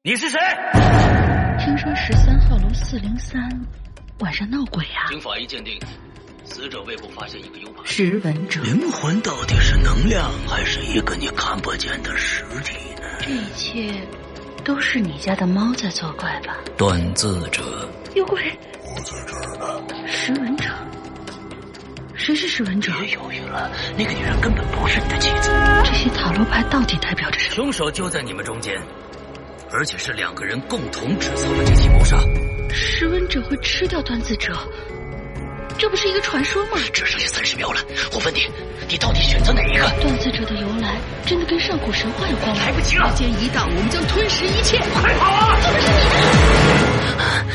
你是谁？ 听说13号楼403晚上闹鬼啊！ 经法医鉴定，死者胃部发现一个 U 盘。 识文者， 灵魂到底是能量，还是一个你看不见的实体呢？ 这一切都是你家的猫在作怪吧？ 断字者， 有鬼！ 我在这儿呢。 识文者，谁是识文者？ 别犹豫了，那个女人根本不是你的妻子。 这些塔罗牌到底代表着什么？ 凶手就在你们中间，而且是2个人共同制造了这起谋杀。 识文者会吃掉断字者，这不是一个传说吗？ 只剩下30秒了，我问你，你到底选择哪一个？ 断字者的由来真的跟上古神话有关吗？ 来不及了， 时间一到，我们将吞噬一切！ 快跑啊！ 这不是你的！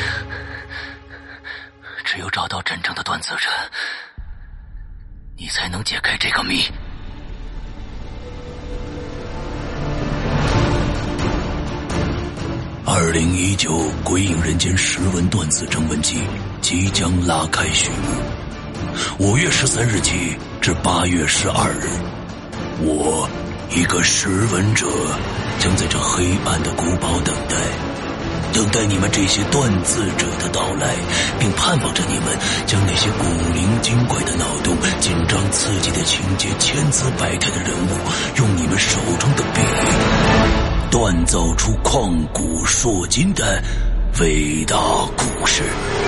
只有找到真正的断字者，你才能解开这个谜。2019鬼影人间识文断字征文季即将拉开序幕，5月13日起至8月12日，我一个识文者将在这黑暗的古堡等待你们这些断字者的到来，并盼望着你们将那些古灵精怪的脑洞、紧张刺激的情节、千姿百态的人物，用你们手中的笔锻造出旷古烁今的伟大故事。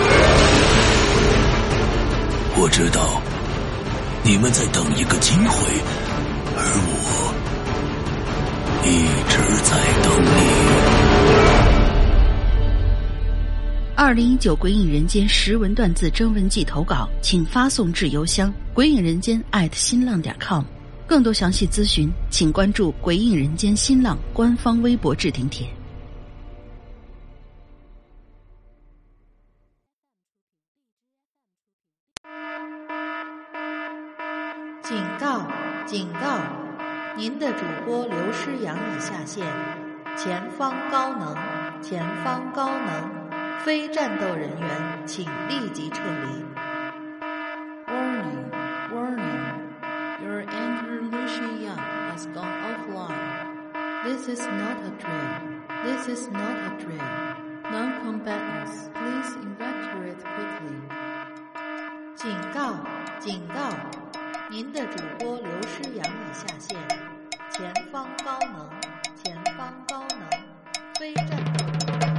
我知道你们在等一个机会，而我一直在等你。 2019鬼影人间识文断字征文季投稿，请发送至邮箱鬼影人间@新浪.com。更多详细咨询，请关注鬼影人间新浪官方微博置顶帖。 警告！警告！您的主播刘诗阳已下线，前方高能，前方高能，非战斗人员请立即撤离。 Warning, warning, your Andrew Lucy Young has gone offline. This is not a drill. This is not a drill. Non-combatants, please evacuate quickly. 警告！警告！您的主播刘诗阳已下线，前方高能，前方高能，非战斗人员。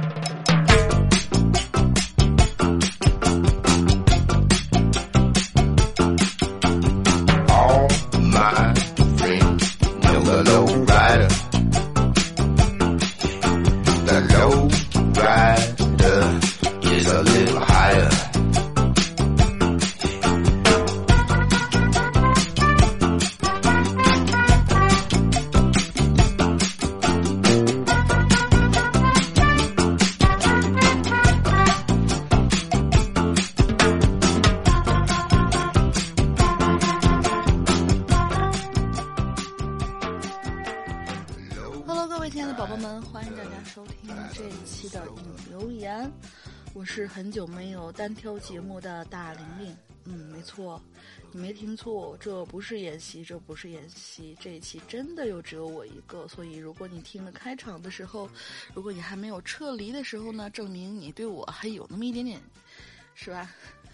我是很久没有单挑节目的大玲玲。没错，你没听错，这不是演习，这不是演习，这一期真的只有我一个。所以如果你听了开场的时候，如果你还没有撤离的时候呢，证明你对我还有那么一点点，是吧？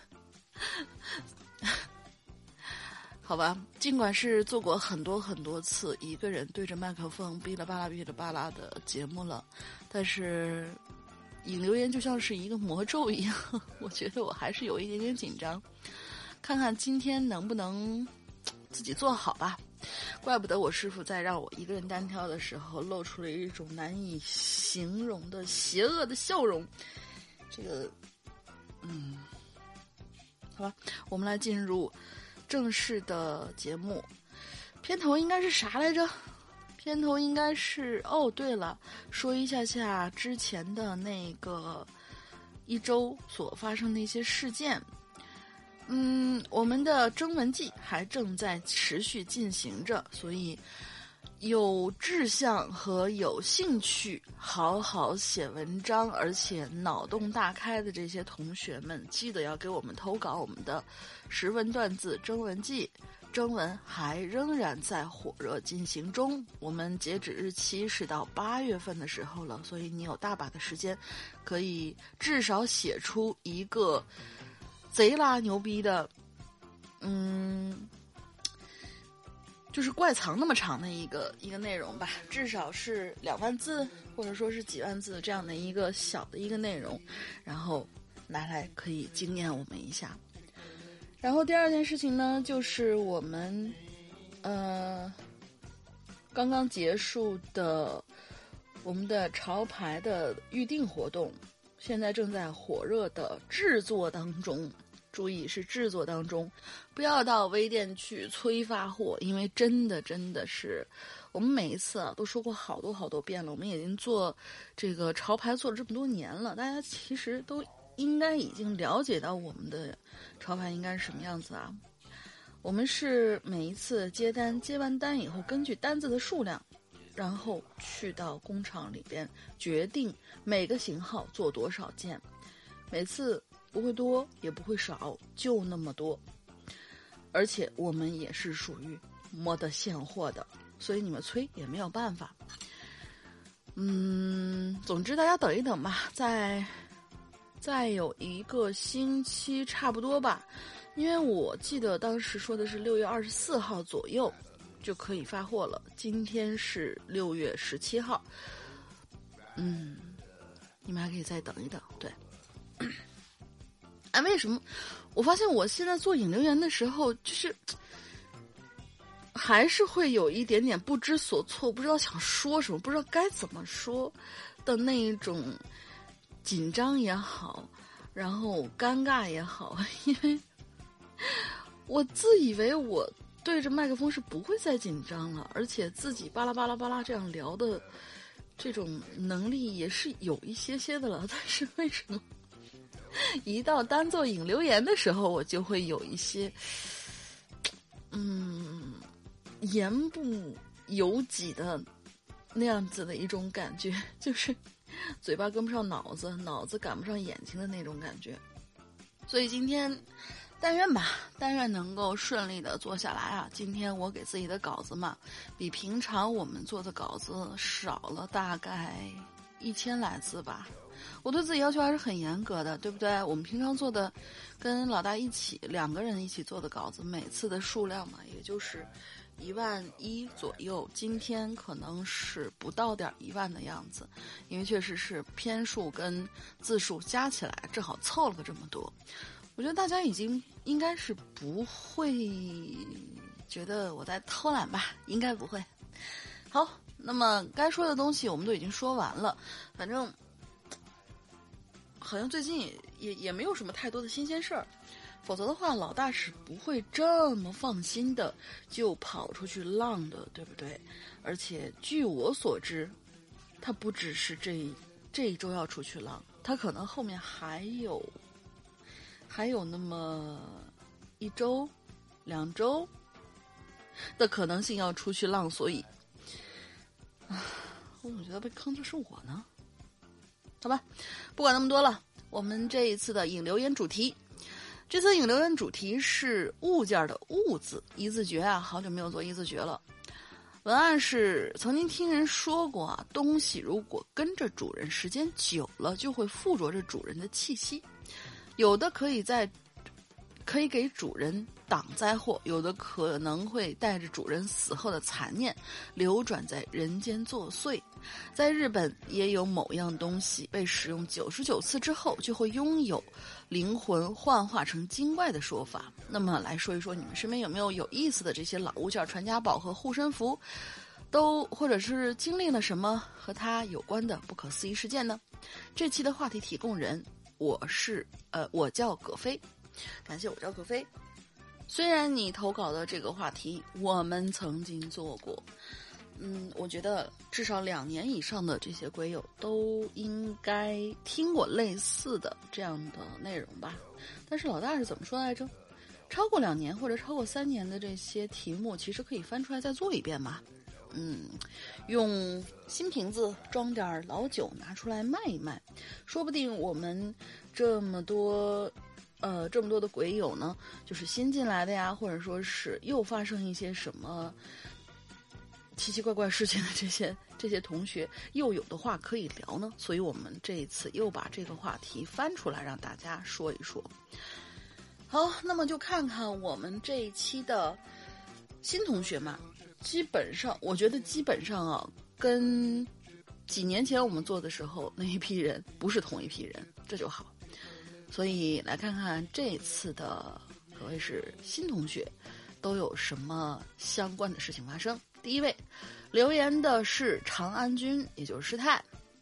好吧，尽管是做过很多很多次一个人对着麦克风哔啦吧啦哔啦吧啦的节目了，但是引留言就像是一个魔咒一样，我觉得我还是有一点点紧张，看看今天能不能自己做好吧。怪不得我师傅在让我一个人单挑的时候露出了一种难以形容的邪恶的笑容。这个好吧，我们来进入正式的节目。片头应该是啥来着？片头应该是对了，说一下之前的那个一周所发生的一些事件。我们的征文季还正在持续进行着，所以有志向和有兴趣好好写文章而且脑洞大开的这些同学们，记得要给我们投稿我们的识文断字征文季。 征文还仍然在火热进行中，我们截止日期是到8月份的时候了，所以你有大把的时间，可以至少写出一个贼拉牛逼的，就是怪藏那么长的一个内容吧，至少是2万字或者说是几万字这样的一个小的一个内容，然后拿来可以惊艳我们一下。然后第二件事情呢，就是我们刚刚结束的我们的潮牌的预定活动，现在正在火热的制作当中。注意是制作当中，不要到微店去催发货，因为真的是我们每一次都说过好多遍了，我们已经做这个潮牌做了这么多年了，大家其实都应该已经了解到我们的潮牌应该是什么样子啊。我们是每一次接完单以后，根据单子的数量，然后去到工厂里边决定每个型号做多少件，每次不会多也不会少，就那么多。而且我们也是属于没得现货的，所以你们催也没有办法。总之大家等一等吧，再有1个星期差不多吧，因为我记得当时说的是6月24号左右就可以发货了，今天是6月17号，你们还可以再等一等。对，为什么我发现我现在做引流员的时候，就是还是会有一点点不知所措，不知道想说什么，不知道该怎么说的那一种紧张也好，然后尴尬也好，因为我自以为我对着麦克风是不会再紧张了，而且自己巴拉巴拉巴拉这样聊的这种能力也是有一些的了，但是为什么一到单做引流员的时候，我就会有一些言不由己的那样子的一种感觉，就是嘴巴跟不上脑子，脑子赶不上眼睛的那种感觉。所以今天但愿能够顺利的做下来啊。今天我给自己的稿子嘛，比平常我们做的稿子少了大概1000来字吧。我对自己要求还是很严格的，对不对？我们平常做的跟老大一起2个人一起做的稿子，每次的数量嘛，也就是11000左右，今天可能是不到点1万的样子，因为确实是篇数跟字数加起来正好凑了个这么多。我觉得大家已经应该是不会觉得我在偷懒吧，应该不会。好，那么该说的东西我们都已经说完了，反正好像最近也没有什么太多的新鲜事儿，否则的话老大是不会这么放心的就跑出去浪的，对不对？而且据我所知，他不只是这一周要出去浪，他可能后面还有那么1周2周的可能性要出去浪，所以我总觉得被坑的是我呢。好吧，不管那么多了，我们这一次的引流言主题，这次引流言主题是物件的物字，一字诀啊，好久没有做一字诀了。文案是曾经听人说过啊，东西如果跟着主人时间久了，就会附着着主人的气息，有的可以给主人挡灾祸，有的可能会带着主人死后的残念流转在人间作祟。在日本也有某样东西被使用99次之后就会拥有灵魂幻化成精怪的说法。那么来说一说你们身边有没有意思的这些老物件、传家宝和护身符，都或者是经历了什么和它有关的不可思议事件呢？这期的话题提供人我叫葛飞，感谢我叫葛飞。虽然你投稿的这个话题我们曾经做过，我觉得至少2年以上的这些鬼友都应该听过类似的这样的内容吧。但是老大是怎么说来着？超过2年或者超过3年的这些题目，其实可以翻出来再做一遍嘛。用新瓶子装点老酒拿出来卖一卖，说不定我们这么多这么多的鬼友呢，就是新进来的呀，或者说是又发生一些什么奇奇怪怪事情的这些同学又有的话可以聊呢，所以我们这一次又把这个话题翻出来让大家说一说。好，那么就看看我们这一期的新同学们，我觉得基本上啊，跟几年前我们做的时候那一批人不是同一批人，这就好。所以来看看这次的可谓是新同学都有什么相关的事情发生。第一位留言的是长安君，也就是师太。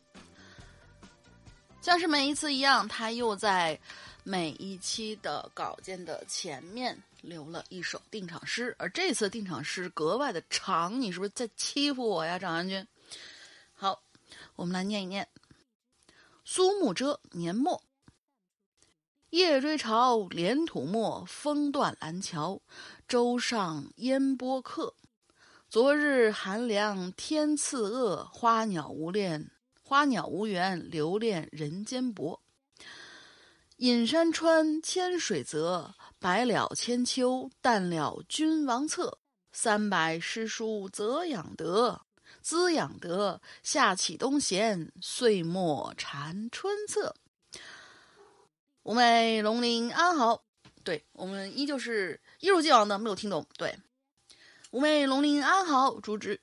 像是每一次一样，他又在每一期的稿件的前面留了一首定场诗，而这次定场诗格外的长，你是不是在欺负我呀，长安君？好，我们来念一念。苏幕遮年末，夜追潮，连土没，风断蓝桥，舟上烟波客。昨日寒凉天赐恶，花鸟无缘，留恋人间薄。隐山川，千水泽，白了千秋，淡了君王侧。300诗书则养德，滋养德，夏启东闲，岁末蝉春色。吾辈龙鳞安好，对，我们依旧是一如既往的没有听懂。对，吾辈龙鳞安好，竹之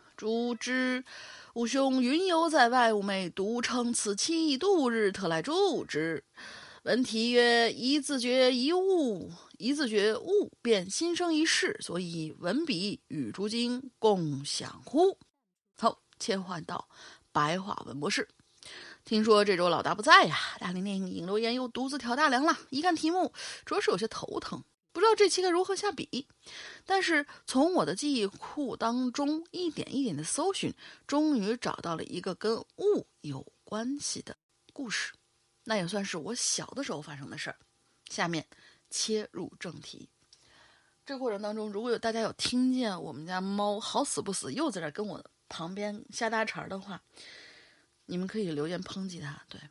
吾兄云游在外，吾辈独称此期度日，特来助之。闻题曰：一字觉悟，便心生一事，所以文笔与诸经共享乎。好，切换到白话文模式。听说这周老大不在呀，大龄电影引留言又独自挑大梁了。一看题目，着实有些头疼，不知道这期该如何下笔。但是从我的记忆库当中一点一点的搜寻，终于找到了一个跟物有关系的故事，那也算是我小的时候发生的事儿。下面切入正题。这个过程当中，如果大家有听见我们家猫好死不死又在这跟我旁边瞎搭茬的话，你们可以留言抨击它。对，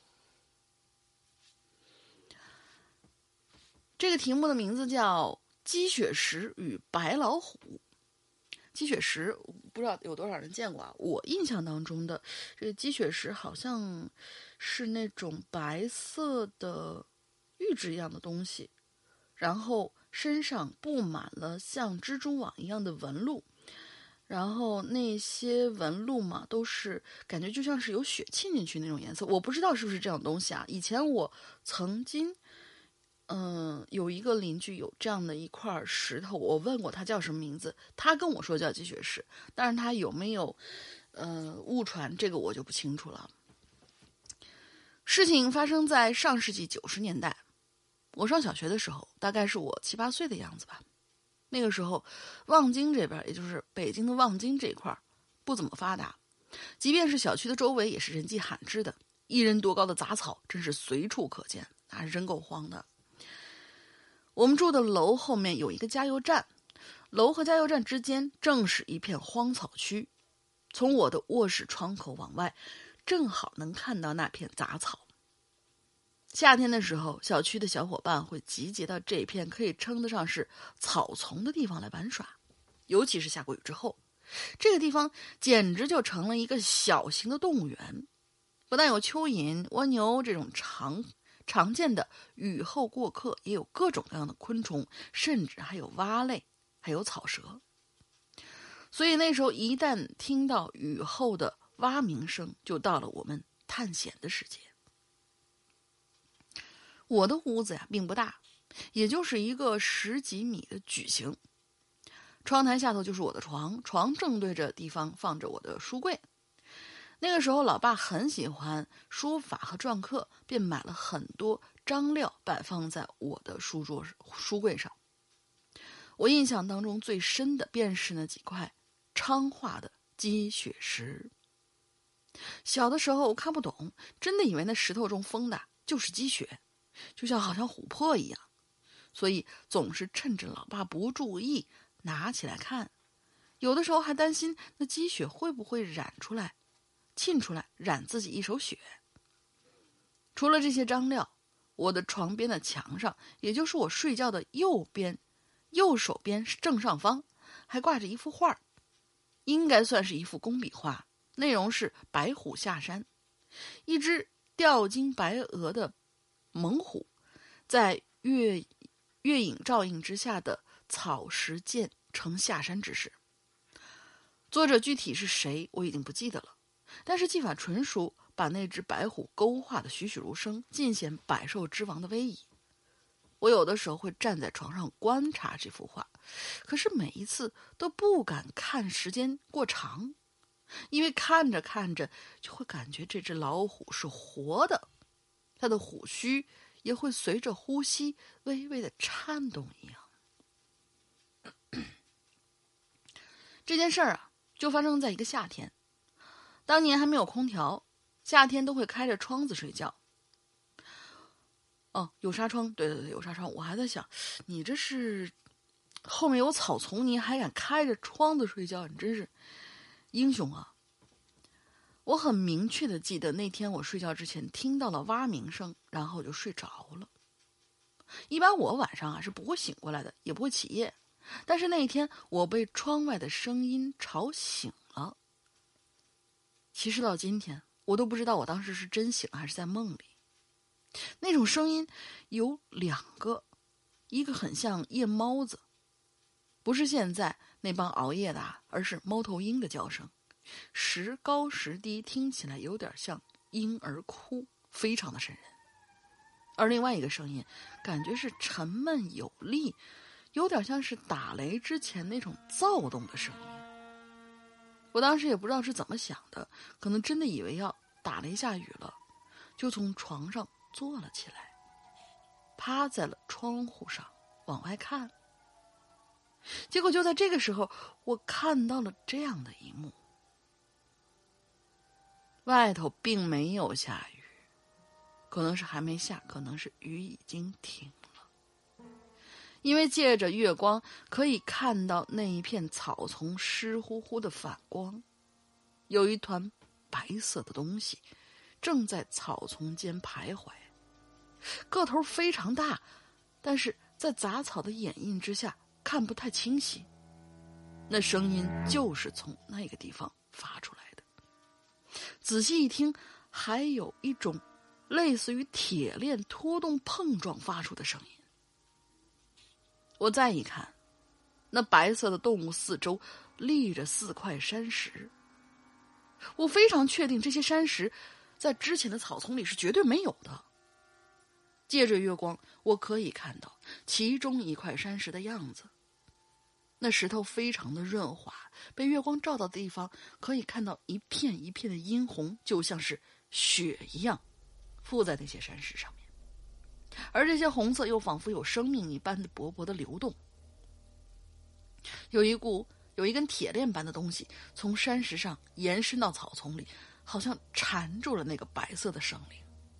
这个题目的名字叫鸡血石与白老虎。鸡血石不知道有多少人见过啊？我印象当中的这个鸡血石好像是那种白色的玉质一样的东西，然后身上布满了像蜘蛛网一样的纹路，然后那些纹路嘛，都是感觉就像是有血沁进去那种颜色。我不知道是不是这样东西啊。以前我曾经有一个邻居有这样的一块石头，我问过他叫什么名字，他跟我说叫鸡血石，但是他有没有误传，这个我就不清楚了。事情发生在上世纪90年代，我上小学的时候，大概是我7、8岁的样子吧。那个时候望京这边，也就是北京的望京这一块不怎么发达，即便是小区的周围也是人迹罕至的，1人多高的杂草真是随处可见，那是真够荒的。我们住的楼后面有一个加油站，楼和加油站之间正是一片荒草区，从我的卧室窗口往外正好能看到那片杂草。夏天的时候，小区的小伙伴会集结到这片可以称得上是草丛的地方来玩耍，尤其是下过雨之后，这个地方简直就成了一个小型的动物园。不但有蚯蚓、蜗牛这种常见的雨后过客，也有各种各样的昆虫，甚至还有蛙类，还有草蛇。所以那时候一旦听到雨后的蛙鸣声，就到了我们探险的时间。我的屋子呀并不大，也就是一个10几米的矩形，窗台下头就是我的床，床正对着地方放着我的书柜。那个时候老爸很喜欢书法和篆刻，便买了很多张料摆放在我的书柜上。我印象当中最深的便是那几块昌画的鸡血石。小的时候我看不懂，真的以为那石头中封的就是鸡血，就像好像琥珀一样，所以总是趁着老爸不注意拿起来看，有的时候还担心那鸡血会不会沁出来染自己一手血。除了这些张料， 我的床边的墙上，也就是我睡觉的右手边正上方，还挂着一幅画，应该算是一幅工笔画，内容是白虎下山，一只吊睛白额的猛虎，在月影照映之下的草石涧呈下山之势。作者具体是谁我已经不记得了，但是技法纯熟，把那只白虎勾画得栩栩如生，尽显百兽之王的威仪。我有的时候会站在床上观察这幅画，可是每一次都不敢看时间过长，因为看着看着就会感觉这只老虎是活的，它的虎须也会随着呼吸微微的颤动一样。这件事儿啊，就发生在一个夏天。当年还没有空调，夏天都会开着窗子睡觉。哦，有纱窗，对，有纱窗。我还在想，你这是后面有草丛，你还敢开着窗子睡觉，你真是英雄啊！我很明确的记得那天我睡觉之前听到了蛙鸣声，然后就睡着了。一般我晚上是不会醒过来的，也不会起夜，但是那一天我被窗外的声音吵醒了。其实到今天我都不知道我当时是真醒还是在梦里。那种声音有两个，一个很像夜猫子，不是现在那帮熬夜的，而是猫头鹰的叫声，时高时低，听起来有点像婴儿哭，非常的瘆人。而另外一个声音感觉是沉闷有力，有点像是打雷之前那种躁动的声音。我当时也不知道是怎么想的，可能真的以为要打雷下雨了，就从床上坐了起来，趴在了窗户上往外看。结果就在这个时候，我看到了这样的一幕。外头并没有下雨，可能是还没下，可能是雨已经停了。因为借着月光可以看到那一片草丛湿乎乎的反光，有一团白色的东西正在草丛间徘徊，个头非常大，但是在杂草的掩映之下看不太清晰。那声音就是从那个地方发出来的，仔细一听，还有一种类似于铁链拖动碰撞发出的声音。我再一看，那白色的动物四周立着4块山石，我非常确定这些山石在之前的草丛里是绝对没有的。借着月光，我可以看到其中一块山石的样子，那石头非常的润滑，被月光照到的地方可以看到一片一片的殷红，就像是血一样附在那些山石上面，而这些红色又仿佛有生命一般的勃勃的流动。有一根铁链般的东西从山石上延伸到草丛里，好像缠住了那个白色的生灵。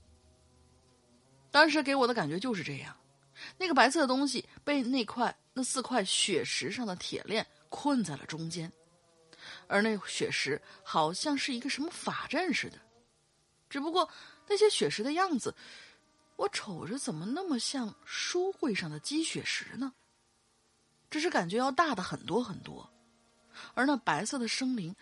当时给我的感觉就是这样，那个白色的东西被那4块血石上的铁链困在了中间，而那血石好像是一个什么法阵似的，只不过那些血石的样子，我瞅着怎么那么像书柜上的积血石呢？只是感觉要大的很多很多。而那白色的生灵，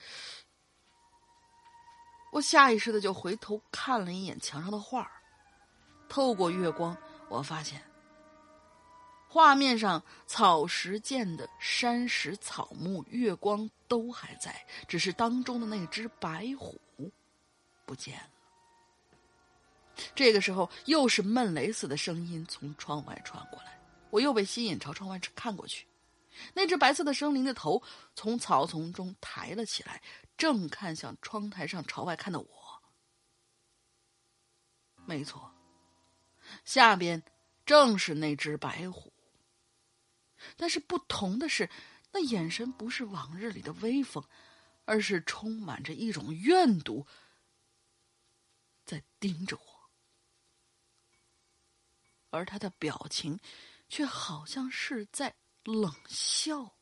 我下意识的就回头看了一眼墙上的画儿，透过月光，我发现画面上草石涧的山石草木月光都还在，只是当中的那只白虎不见了。这个时候又是闷雷似的声音从窗外传过来，我又被吸引朝窗外看过去，那只白色的生灵的头从草丛中抬了起来，正看向窗台上朝外看的我。没错，下边正是那只白虎，但是不同的是，那眼神不是往日里的威风，而是充满着一种怨毒在盯着我，而他的表情却好像是在冷笑。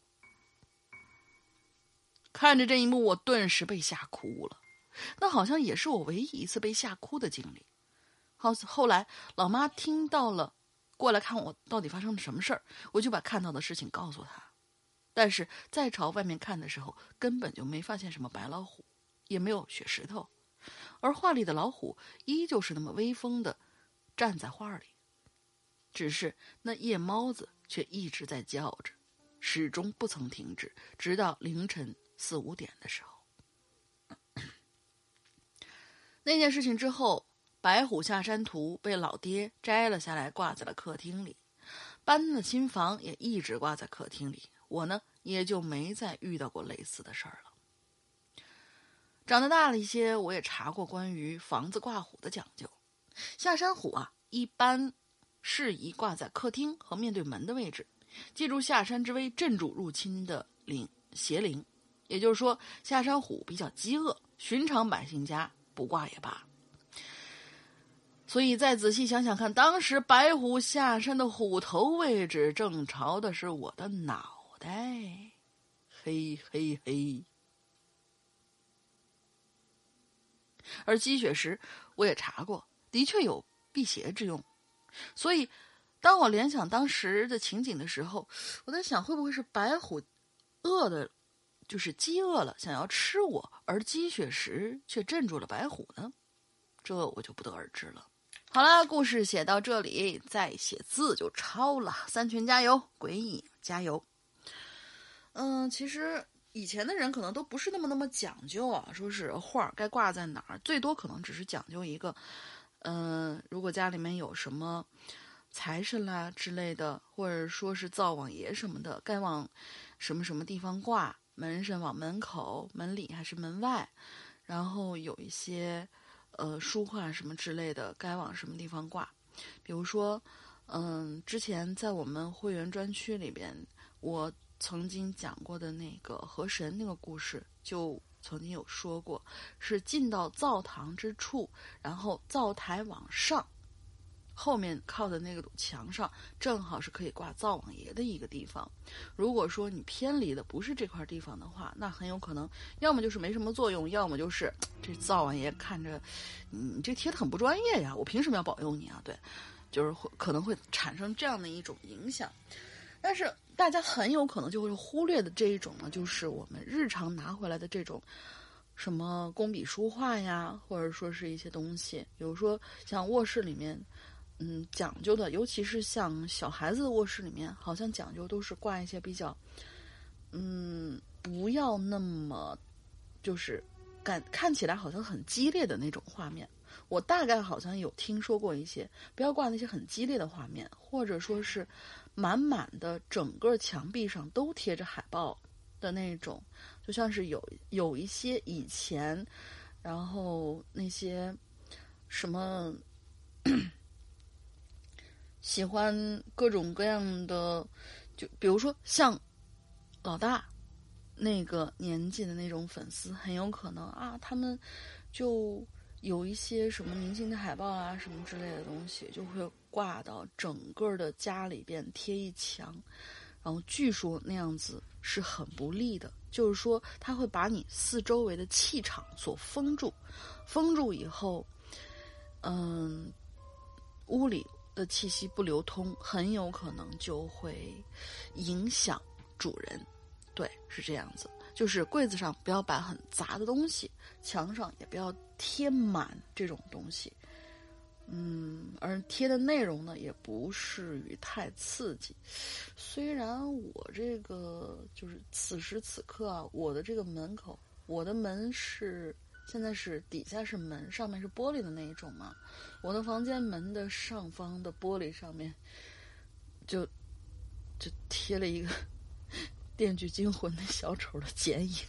看着这一幕，我顿时被吓哭了，那好像也是我唯一一次被吓哭的经历。 后来老妈听到了，过来看我到底发生了什么事儿，我就把看到的事情告诉她。但是在朝外面看的时候，根本就没发现什么白老虎，也没有雪石头，而画里的老虎依旧是那么威风的站在画里，只是那夜猫子却一直在叫着，始终不曾停止，直到凌晨4、5点的时候。那件事情之后，白虎下山图被老爹摘了下来，挂在了客厅里，搬的新房也一直挂在客厅里。我呢，也就没再遇到过类似的事儿了。长得大了一些，我也查过关于房子挂虎的讲究。下山虎啊，一般适宜挂在客厅和面对门的位置，借助下山之威镇住入侵的邪灵。也就是说，下山虎比较饥饿，寻常百姓家不挂也罢。所以再仔细想想看，当时白虎下山的虎头位置正朝的是我的脑袋，嘿嘿嘿。而积雪石我也查过，的确有辟邪之用。所以当我联想当时的情景的时候，我在想，会不会是白虎就是饥饿了，想要吃我，而积雪石却镇住了白虎呢？这我就不得而知了。好啦，故事写到这里，再写字就超了。三群加油，鬼影加油。其实以前的人可能都不是那么讲究啊，说是画该挂在哪儿，最多可能只是讲究一个，如果家里面有什么财神啦之类的，或者说是灶王爷什么的，该往什么地方挂，门神往门口、门里还是门外，然后有一些书画什么之类的该往什么地方挂。比如说之前在我们会员专区里边，我曾经讲过的那个河神那个故事，就曾经有说过，是进到灶堂之处，然后灶台往上，后面靠的那个堵墙上正好是可以挂灶王爷的一个地方。如果说你偏离的不是这块地方的话，那很有可能要么就是没什么作用，要么就是这灶王爷看着你这贴的很不专业呀，我凭什么要保佑你啊？对，就是可能会产生这样的一种影响。但是大家很有可能就会忽略的这一种呢，就是我们日常拿回来的这种什么工笔书画呀，或者说是一些东西，比如说像卧室里面讲究的，尤其是像小孩子的卧室里面，好像讲究都是挂一些比较不要那么就是看起来好像很激烈的那种画面。我大概好像有听说过一些，不要挂那些很激烈的画面，或者说是满满的整个墙壁上都贴着海报的那种，就像是有一些以前，然后那些什么喜欢各种各样的，就比如说像老大那个年纪的那种粉丝，很有可能啊，他们就有一些什么明星的海报啊什么之类的东西，就会挂到整个的家里边贴一墙，然后据说那样子是很不利的，就是说它会把你四周围的气场所封住，封住以后屋里的气息不流通，很有可能就会影响主人。对，是这样子，就是柜子上不要摆很杂的东西，墙上也不要贴满这种东西。而贴的内容呢，也不适于太刺激。虽然我这个就是此时此刻啊，我的这个门口，我的门是现在是底下是门，上面是玻璃的那一种嘛。我的房间门的上方的玻璃上面就贴了一个电锯惊魂的小丑的剪影。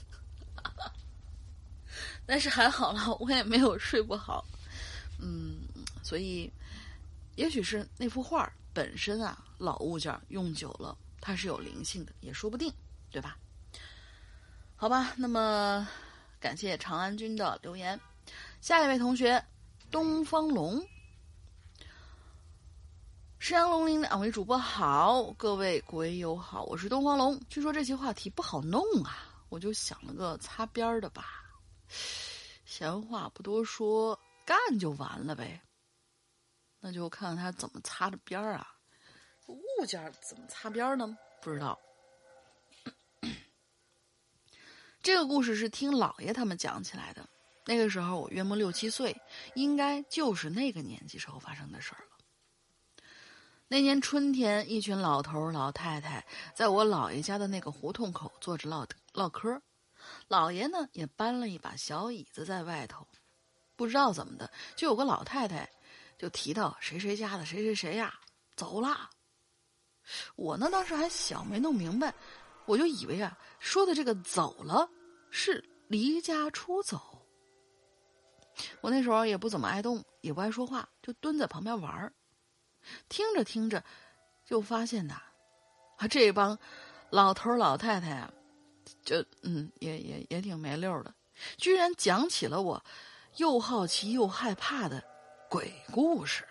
但是还好了，我也没有睡不好。所以也许是那幅画本身啊，老物件用久了它是有灵性的，也说不定，对吧？好吧，那么感谢长安君的留言。下一位同学东方龙，石羊龙鳞两位主播好，各位鬼友好，我是东方龙。据说这期话题不好弄啊，我就想了个擦边的吧。闲话不多说，干就完了呗。 那就看看它怎么擦着边儿啊。物件怎么擦边呢？不知道。这个故事是听姥爷他们讲起来的。那个时候我约莫6、7岁，应该就是那个年纪时候发生的事儿了。那年春天，一群老头老太太在我姥爷家的那个胡同口坐着唠嗑，姥爷呢也搬了一把小椅子在外头。不知道怎么的，就有个老太太就提到谁谁家的谁谁谁呀走了。我呢当时还小，没弄明白，我就以为啊说的这个走了是离家出走。我那时候也不怎么爱动，也不爱说话，就蹲在旁边玩。听着听着就发现呐，这帮老头老太太啊，就也挺没溜的，居然讲起了我又好奇又害怕的鬼故事。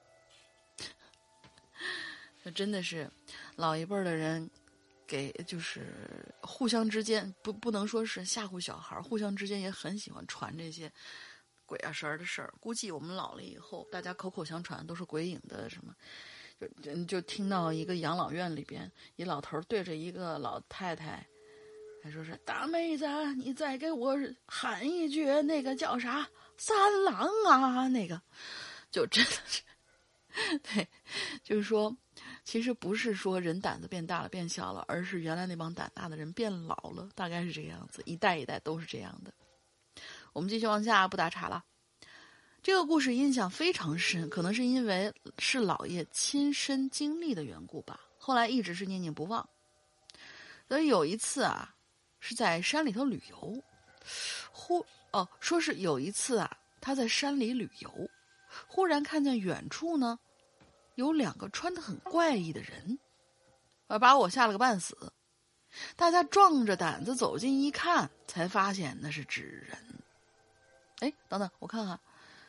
这真的是老一辈的人给，就是互相之间不能说是吓唬小孩，互相之间也很喜欢传这些鬼啊神儿的事儿。估计我们老了以后，大家口口相传都是鬼影的什么，就听到一个养老院里边，一老头对着一个老太太，还说是大妹子，你再给我喊一句那个叫啥三郎啊，那个就真的是对，就是说其实不是说人胆子变大了变小了，而是原来那帮胆大的人变老了，大概是这个样子，一代一代都是这样的。我们继续往下，不打岔了。这个故事印象非常深，可能是因为是姥爷亲身经历的缘故吧，后来一直是念念不忘。所以有一次啊，是在山里头旅游，说是有一次啊，他在山里旅游，忽然看见远处呢有2个穿得很怪异的人，把我吓了个半死。大家壮着胆子走近一看，才发现那是纸人。等等，我看看。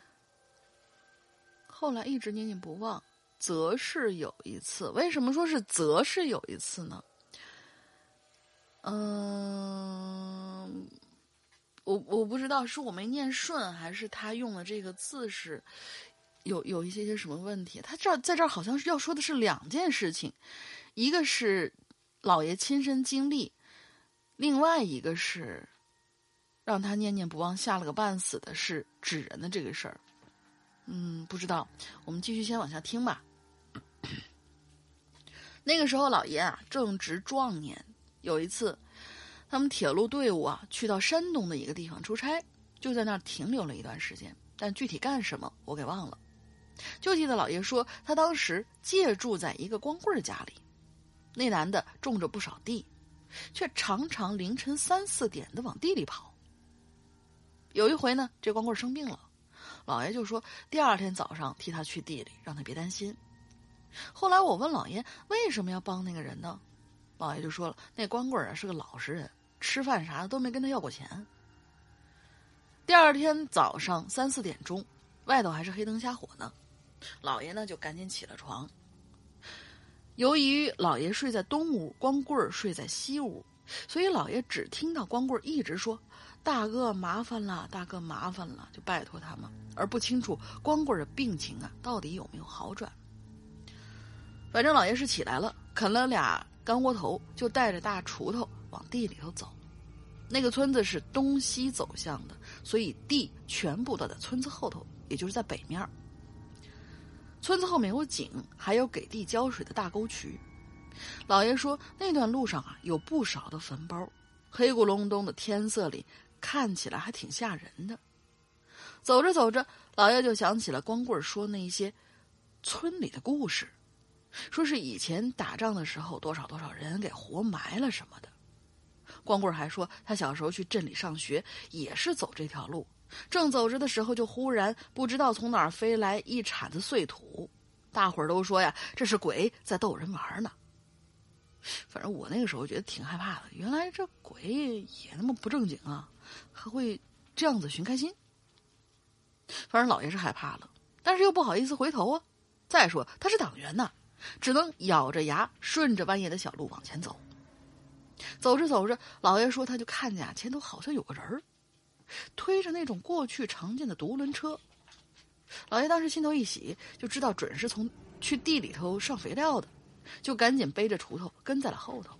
后来一直念念不忘，则是有一次。为什么说是则是有一次呢？我不知道是我没念顺，还是他用的这个字是有一些什么问题。他在这儿好像是要说的是2件事情，一个是姥爷亲身经历，另外一个是让他念念不忘吓了个半死的是纸人的这个事儿。不知道，我们继续先往下听吧。那个时候姥爷啊正值壮年，有一次他们铁路队伍啊去到山东的一个地方出差，就在那儿停留了一段时间，但具体干什么我给忘了。就记得姥爷说他当时借住在一个光棍家里，那男的种着不少地，却常常凌晨3、4点的往地里跑。有一回呢，这光棍生病了，姥爷就说第2天早上替他去地里，让他别担心。后来我问姥爷为什么要帮那个人呢，姥爷就说了，那光棍啊是个老实人，吃饭啥的都没跟他要过钱。第2天早上3、4点钟，外头还是黑灯瞎火呢，姥爷呢就赶紧起了床。由于姥爷睡在东屋，光棍睡在西屋，所以姥爷只听到光棍一直说大哥麻烦了，大哥麻烦了，就拜托他们，而不清楚光棍的病情啊到底有没有好转。反正姥爷是起来了，啃了2干窝头，就带着大锄头往地里头走。那个村子是东西走向的，所以地全部都在村子后头，也就是在北面。村子后面有井，还有给地浇水的大沟渠。姥爷说那段路上啊有不少的坟包，黑咕隆咚的天色里看起来还挺吓人的。走着走着，姥爷就想起了光棍说那些村里的故事，说是以前打仗的时候多少人给活埋了什么的。光棍还说他小时候去镇里上学也是走这条路，正走着的时候就忽然不知道从哪儿飞来一铲子碎土，大伙儿都说呀这是鬼在逗人玩呢。反正我那个时候觉得挺害怕的，原来这鬼也那么不正经啊，还会这样子寻开心。反正姥爷是害怕了，但是又不好意思回头啊，再说他是党员呐，只能咬着牙顺着蜿蜒的小路往前走。走着走着，姥爷说他就看见前头好像有个人推着那种过去常见的独轮车。 老爷当时心头一喜，就知道准是从去地里头上肥料的，就赶紧背着锄头跟在了后头。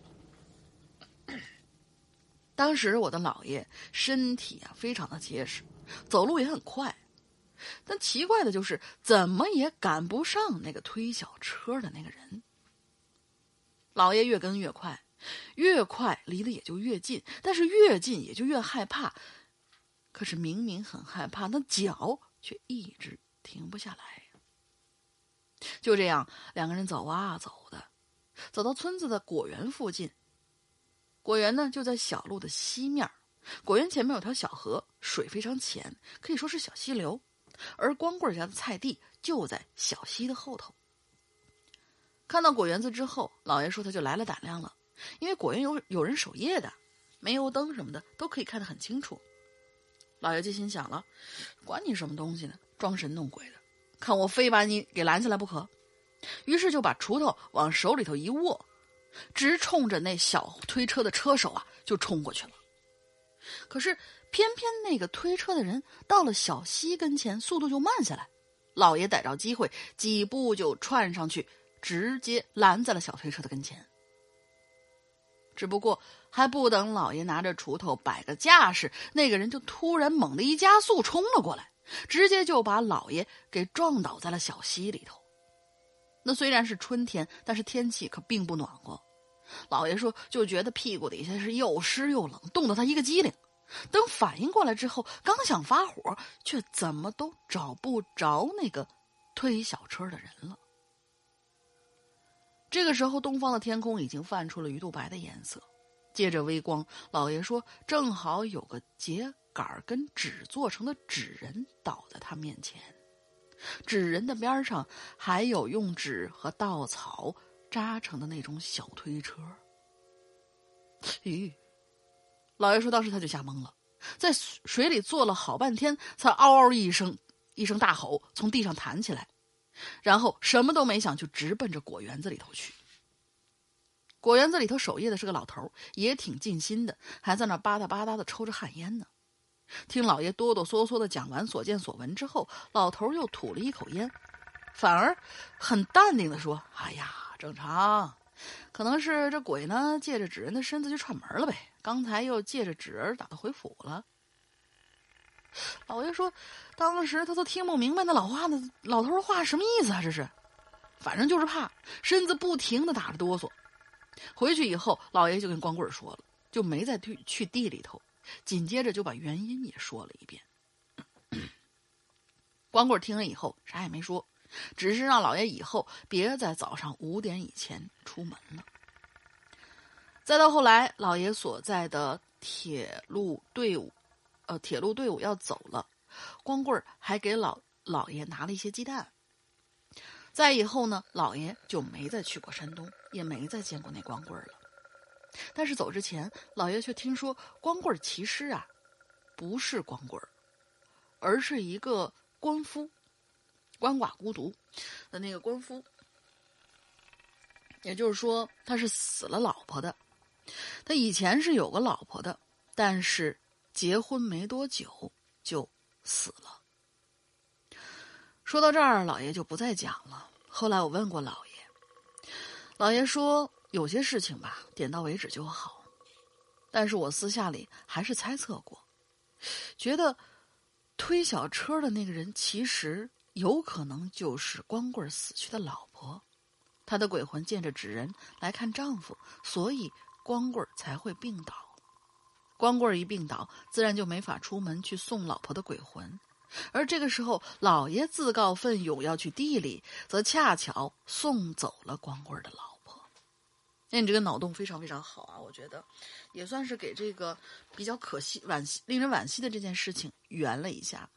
当时我的姥爷身体非常的结实，走路也很快，但奇怪的就是怎么也赶不上那个推小车的那个人。姥爷越跟越快，越快离得也就越近，但是越近也就越害怕。可是明明很害怕，那脚却一直停不下来。就这样，两个人走啊走的，走到村子的果园附近。果园呢就在小路的西面，果园前面有条小河，水非常浅，可以说是小溪流。而光棍家的菜地就在小溪的后头。看到果园子之后，老爷说他就来了胆量了，因为果园有人守夜的，煤油灯什么的都可以看得很清楚。老爷就心想了，管你什么东西呢，装神弄鬼的，看我非把你给拦下来不可。于是就把锄头往手里头一握，直冲着那小推车的车手就冲过去了。可是偏偏那个推车的人到了小溪跟前，速度就慢下来。老爷逮着机会，几步就窜上去，直接拦在了小推车的跟前。只不过还不等老爷拿着锄头摆个架势，那个人就突然猛地一加速冲了过来，直接就把老爷给撞倒在了小溪里头。那虽然是春天，但是天气可并不暖和。老爷说就觉得屁股底下是又湿又冷，冻得他一个机灵。等反应过来之后，刚想发火，却怎么都找不着那个推小车的人了。这个时候，东方的天空已经泛出了鱼肚白的颜色，借着微光，老爷说正好有个秸秆跟纸做成的纸人倒在他面前，纸人的边上还有用纸和稻草扎成的那种小推车。咦，老爷说当时他就吓懵了，在水里坐了好半天，才嗷嗷一声大吼，从地上弹起来，然后什么都没想，就直奔着果园子里头去。果园子里头守夜的是个老头，也挺尽心的，还在那吧嗒吧嗒的抽着旱烟呢。听老爷哆哆嗦嗦的讲完所见所闻之后，老头又吐了一口烟，反而很淡定的说：哎呀，正常，可能是这鬼呢借着纸人的身子去串门了呗，刚才又借着纸人打他回府了。老爷说当时他都听不明白那老头的话什么意思啊，这是，反正就是怕，身子不停的打着哆嗦。回去以后，老爷就跟光棍说了，就没再去地里头，紧接着就把原因也说了一遍。光棍听了以后啥也没说，只是让老爷以后别在早上5点以前出门了。再到后来，老爷所在的铁路队伍要走了，光棍还给老爷拿了一些鸡蛋。再以后呢，老爷就没再去过山东，也没再见过那光棍了。但是走之前，老爷却听说光棍其实不是光棍，而是一个官夫，鳏寡孤独的那个官夫。也就是说，他是死了老婆的。他以前是有个老婆的，但是结婚没多久就死了。说到这儿，老爷就不再讲了。后来我问过老爷，老爷说有些事情吧，点到为止就好。但是我私下里还是猜测过，觉得推小车的那个人其实有可能就是光棍死去的老婆，她的鬼魂见着纸人来看丈夫，所以光棍才会病倒。光棍一病倒，自然就没法出门去送老婆的鬼魂。而这个时候，老爷自告奋勇要去地里，则恰巧送走了光棍的老婆。那你这个脑洞非常非常好啊，我觉得也算是给这个比较令人惋惜的这件事情圆了一下。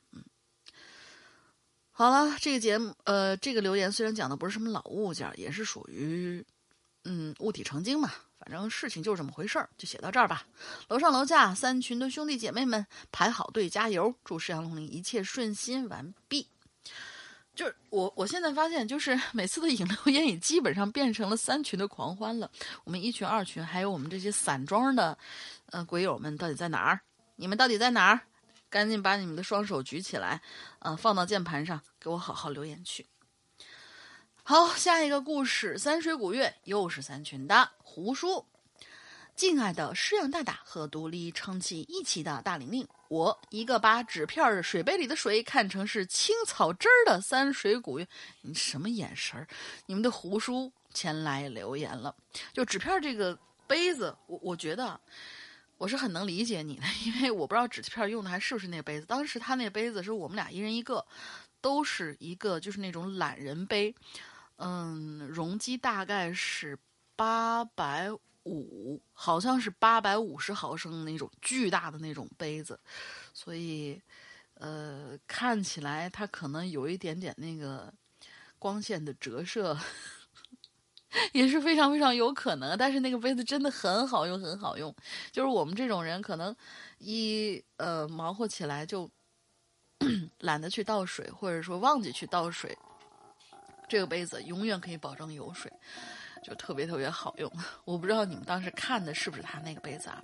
好了，这个节目这个留言虽然讲的不是什么老物件，也是属于物体成精嘛，反正事情就是这么回事儿，就写到这儿吧。楼上楼下3群的兄弟姐妹们排好队加油，祝石阳龙鳞一切顺心，完毕。就是我现在发现，就是每次的引流言语基本上变成了3群的狂欢了。我们1群2群还有我们这些散装的鬼友们到底在哪儿？你们到底在哪儿？ 赶紧把你们的双手举起来，放到键盘上，给我好好留言去。好，下一个故事，三水古月又是三群的胡叔。敬爱的诗阳大大和独立撑起一起的大玲玲，我一个把纸片水杯里的水看成是青草汁儿的三水古月，你什么眼神儿？你们的胡叔前来留言了。就纸片这个杯子，我觉得我是很能理解你的，因为我不知道纸片用的还是不是那个杯子。当时他那杯子是我们俩一人一个，都是一个就是那种懒人杯，容积大概是850，好像是850毫升那种巨大的那种杯子，所以看起来它可能有一点点那个光线的折射也是非常非常有可能。但是那个杯子真的很好用，很好用，就是我们这种人可能忙活起来就懒得去倒水，或者说忘记去倒水，这个杯子永远可以保证有水，就特别特别好用。我不知道你们当时看的是不是他那个杯子啊？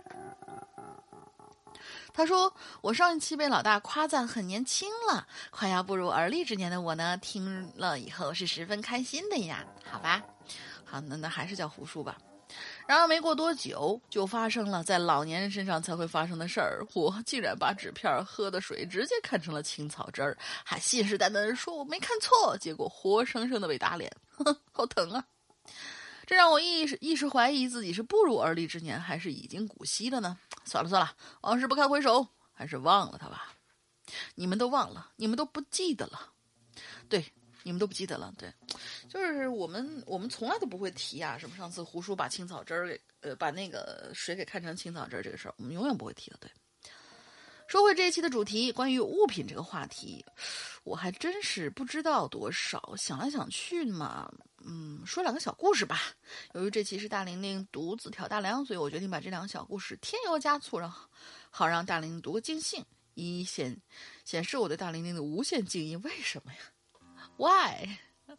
他说我上一期被老大夸赞很年轻了，快要步入而立之年的我呢，听了以后是十分开心的呀。好吧，好，那还是叫胡叔吧。然而没过多久，就发生了在老年人身上才会发生的事儿，我竟然把纸片喝的水直接看成了青草汁儿，还信誓旦旦地说我没看错，结果活生生的被打脸，好疼啊！这让我一时怀疑自己是步入而立之年，还是已经古稀了呢？算了，往事不堪回首，还是忘了他吧。你们都忘了，你们都不记得了，对，你们都不记得了，对，就是我们从来都不会提啊，什么上次胡叔把青草汁儿给把那个水给看成青草汁儿这个事儿，我们永远不会提的，对。说回这一期的主题，关于物品这个话题，我还真是不知道多少，想来想去嘛，说两个小故事吧。由于这期是大玲玲独自挑大梁，所以我决定把这两个小故事添油加醋，好让大玲玲读个尽兴，以显示我对大玲玲的无限敬意。为什么呀 ？Why？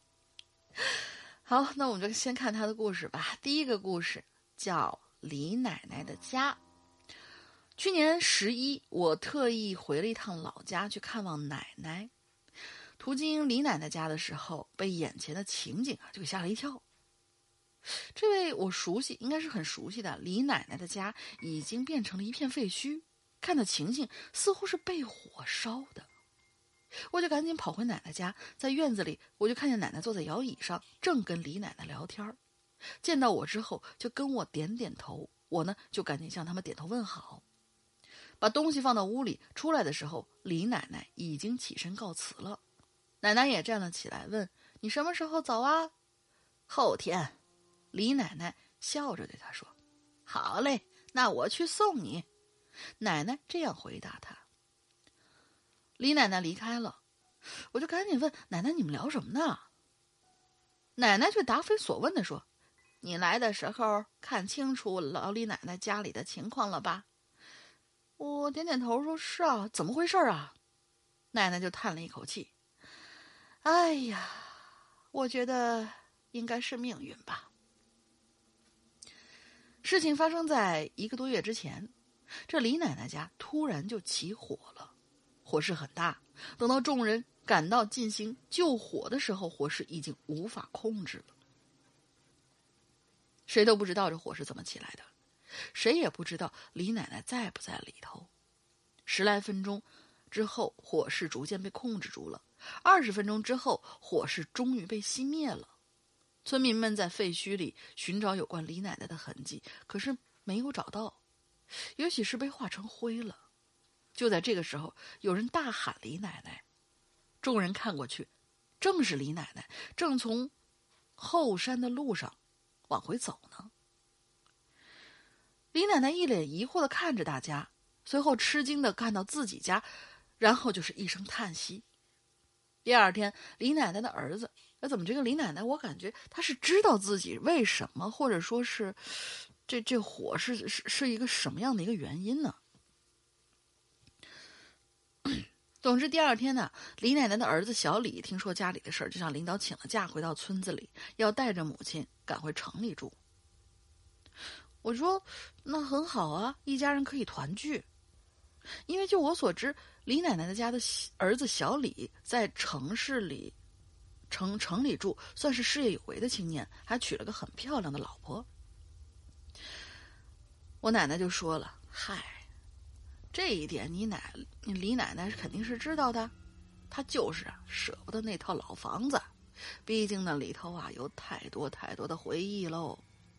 好，那我们就先看她的故事吧。第一个故事叫李奶奶的家。去年11，我特意回了一趟老家去看望奶奶。途经李奶奶家的时候，被眼前的情景就给吓了一跳。这位我熟悉，应该是很熟悉的李奶奶的家，已经变成了一片废墟，看的情形似乎是被火烧的。我就赶紧跑回奶奶家，在院子里我就看见奶奶坐在摇椅上，正跟李奶奶聊天。见到我之后就跟我点点头，我呢就赶紧向他们点头问好。把东西放到屋里，出来的时候李奶奶已经起身告辞了。奶奶也站了起来，问你什么时候走啊？后天。李奶奶笑着对她说，好嘞，那我去送你。奶奶这样回答她。李奶奶离开了，我就赶紧问奶奶，你们聊什么呢？奶奶却答非所问地说，你来的时候看清楚老李奶奶家里的情况了吧？我点点头说，是啊，怎么回事啊？奶奶就叹了一口气，哎呀，我觉得应该是命运吧。事情发生在1个多月之前，这李奶奶家突然就起火了，火势很大，等到众人赶到进行救火的时候，火势已经无法控制了。谁都不知道这火是怎么起来的，谁也不知道李奶奶在不在里头。10来分钟之后，火势逐渐被控制住了。20分钟之后，火势终于被熄灭了。村民们在废墟里寻找有关李奶奶的痕迹，可是没有找到，也许是被化成灰了。就在这个时候，有人大喊李奶奶，众人看过去，正是李奶奶正从后山的路上往回走呢。李奶奶一脸疑惑地看着大家，随后吃惊地看到自己家，然后就是一声叹息。第二天，李奶奶的儿子，怎么这个李奶奶我感觉她是知道自己为什么，或者说是这火是一个什么样的一个原因呢？总之第二天呢，李奶奶的儿子小李听说家里的事儿，就向领导请了假，回到村子里，要带着母亲赶回城里住。我说那很好啊，一家人可以团聚。 因为就我所知，李奶奶的家的儿子小李在城里住，算是事业有为的青年，还娶了个很漂亮的老婆。我奶奶就说了：“嗨，这一点你李奶奶肯定是知道的，她就是舍不得那套老房子，毕竟那里头啊有太多的回忆喽。”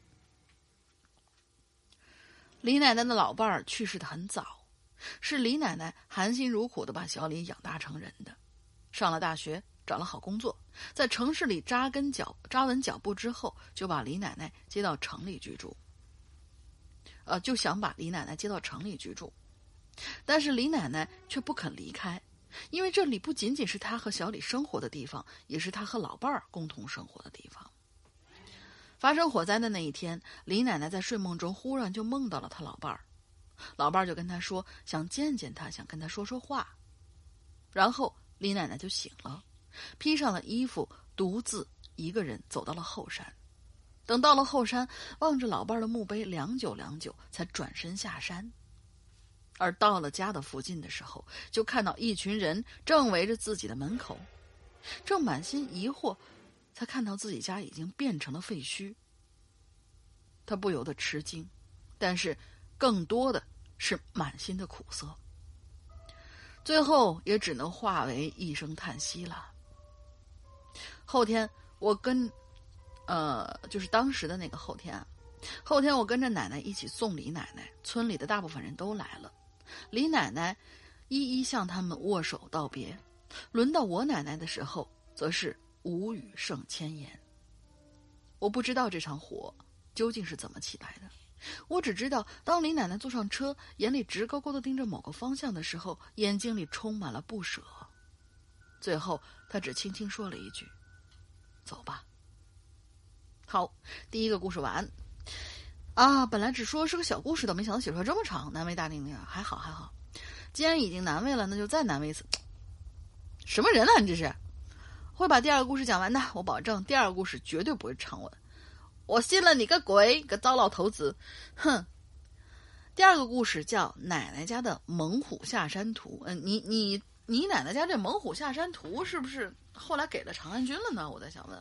李奶奶的老伴儿去世的很早，是李奶奶含辛茹苦的把小李养大成人的。上了大学，找了好工作，在城市里扎稳脚步之后，就把李奶奶接到城里居住。就想把李奶奶接到城里居住，但是李奶奶却不肯离开，因为这里不仅仅是她和小李生活的地方，也是她和老伴儿共同生活的地方。发生火灾的那一天，李奶奶在睡梦中忽然就梦到了她老伴儿，老伴儿就跟她说想见见她，想跟她说说话。然后李奶奶就醒了，披上了衣服，独自一个人走到了后山。等到了后山，望着老伴儿的墓碑，良久才转身下山。而到了家的附近的时候，就看到一群人正围着自己的门口，正满心疑惑，才看到自己家已经变成了废墟。他不由得吃惊，但是更多的是满心的苦涩，最后也只能化为一声叹息了。后天我跟就是当时的那个后天啊，后天我跟着奶奶一起送李奶奶，村里的大部分人都来了，李奶奶一一向他们握手道别，轮到我奶奶的时候，则是无语胜千言。我不知道这场火究竟是怎么起来的，我只知道当李奶奶坐上车，眼里直勾勾地盯着某个方向的时候，眼睛里充满了不舍。最后她只轻轻说了一句：“走吧。”好，第一个故事完啊！本来只说是个小故事的，没想到写出来这么长，难为大玲玲。还好，既然已经难为了，那就再难为一次。什么人啊你这是？会把第二个故事讲完的，我保证第二个故事绝对不会长文。我信了你个鬼，个糟老头子！哼！第二个故事叫《奶奶家的猛虎下山图》。你奶奶家这猛虎下山图是不是后来给了长安君了呢？我在想问。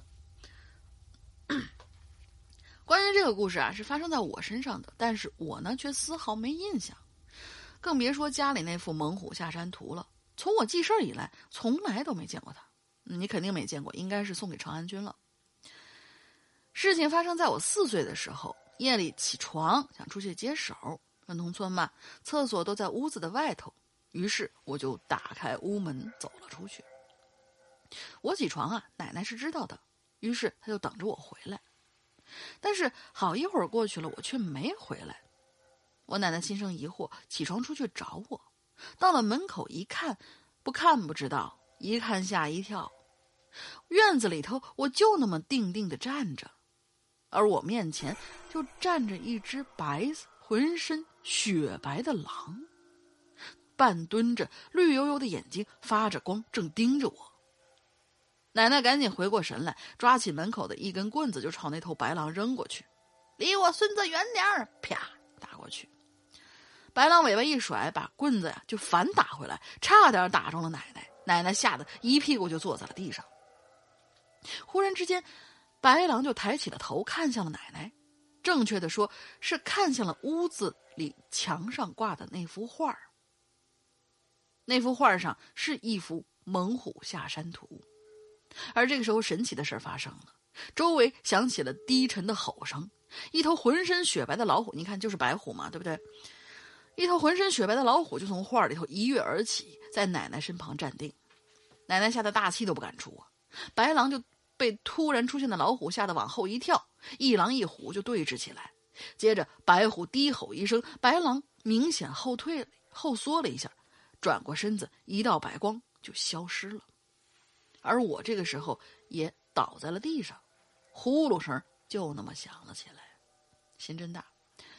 关于这个故事啊，是发生在我身上的，但是我呢却丝毫没印象，更别说家里那幅猛虎下山图了。从我记事以来，从来都没见过它。你肯定没见过，应该是送给长安君了。事情发生在我4岁的时候，夜里起床想出去接手，农村嘛，厕所都在屋子的外头，于是我就打开屋门走了出去。我起床啊，奶奶是知道的，于是她就等着我回来。但是好一会儿过去了，我却没回来。我奶奶心生疑惑，起床出去找我。到了门口一看，不看不知道，一看吓一跳。院子里头我就那么定定地站着，而我面前就站着一只浑身雪白的狼，半蹲着，绿油油的眼睛发着光，正盯着我。奶奶赶紧回过神来，抓起门口的一根棍子就朝那头白狼扔过去。离我孙子远点儿！啪，打过去。白狼尾巴一甩，把棍子呀就反打回来，差点打中了奶奶。奶奶吓得一屁股就坐在了地上。忽然之间，白狼就抬起了头，看向了奶奶，正确的说是看向了屋子里墙上挂的那幅画。那幅画上是一幅猛虎下山图。而这个时候神奇的事发生了，周围响起了低沉的吼声，一头浑身雪白的老虎，你看就是白虎嘛，对不对？一头浑身雪白的老虎就从画里头一跃而起，在奶奶身旁站定。奶奶吓得大气都不敢出啊！白狼就被突然出现的老虎吓得往后一跳，一狼一虎就对峙起来。接着白虎低吼一声，白狼明显后缩了一下，转过身子，一道白光就消失了。而我这个时候也倒在了地上，呼噜声就那么响了起来，心真大。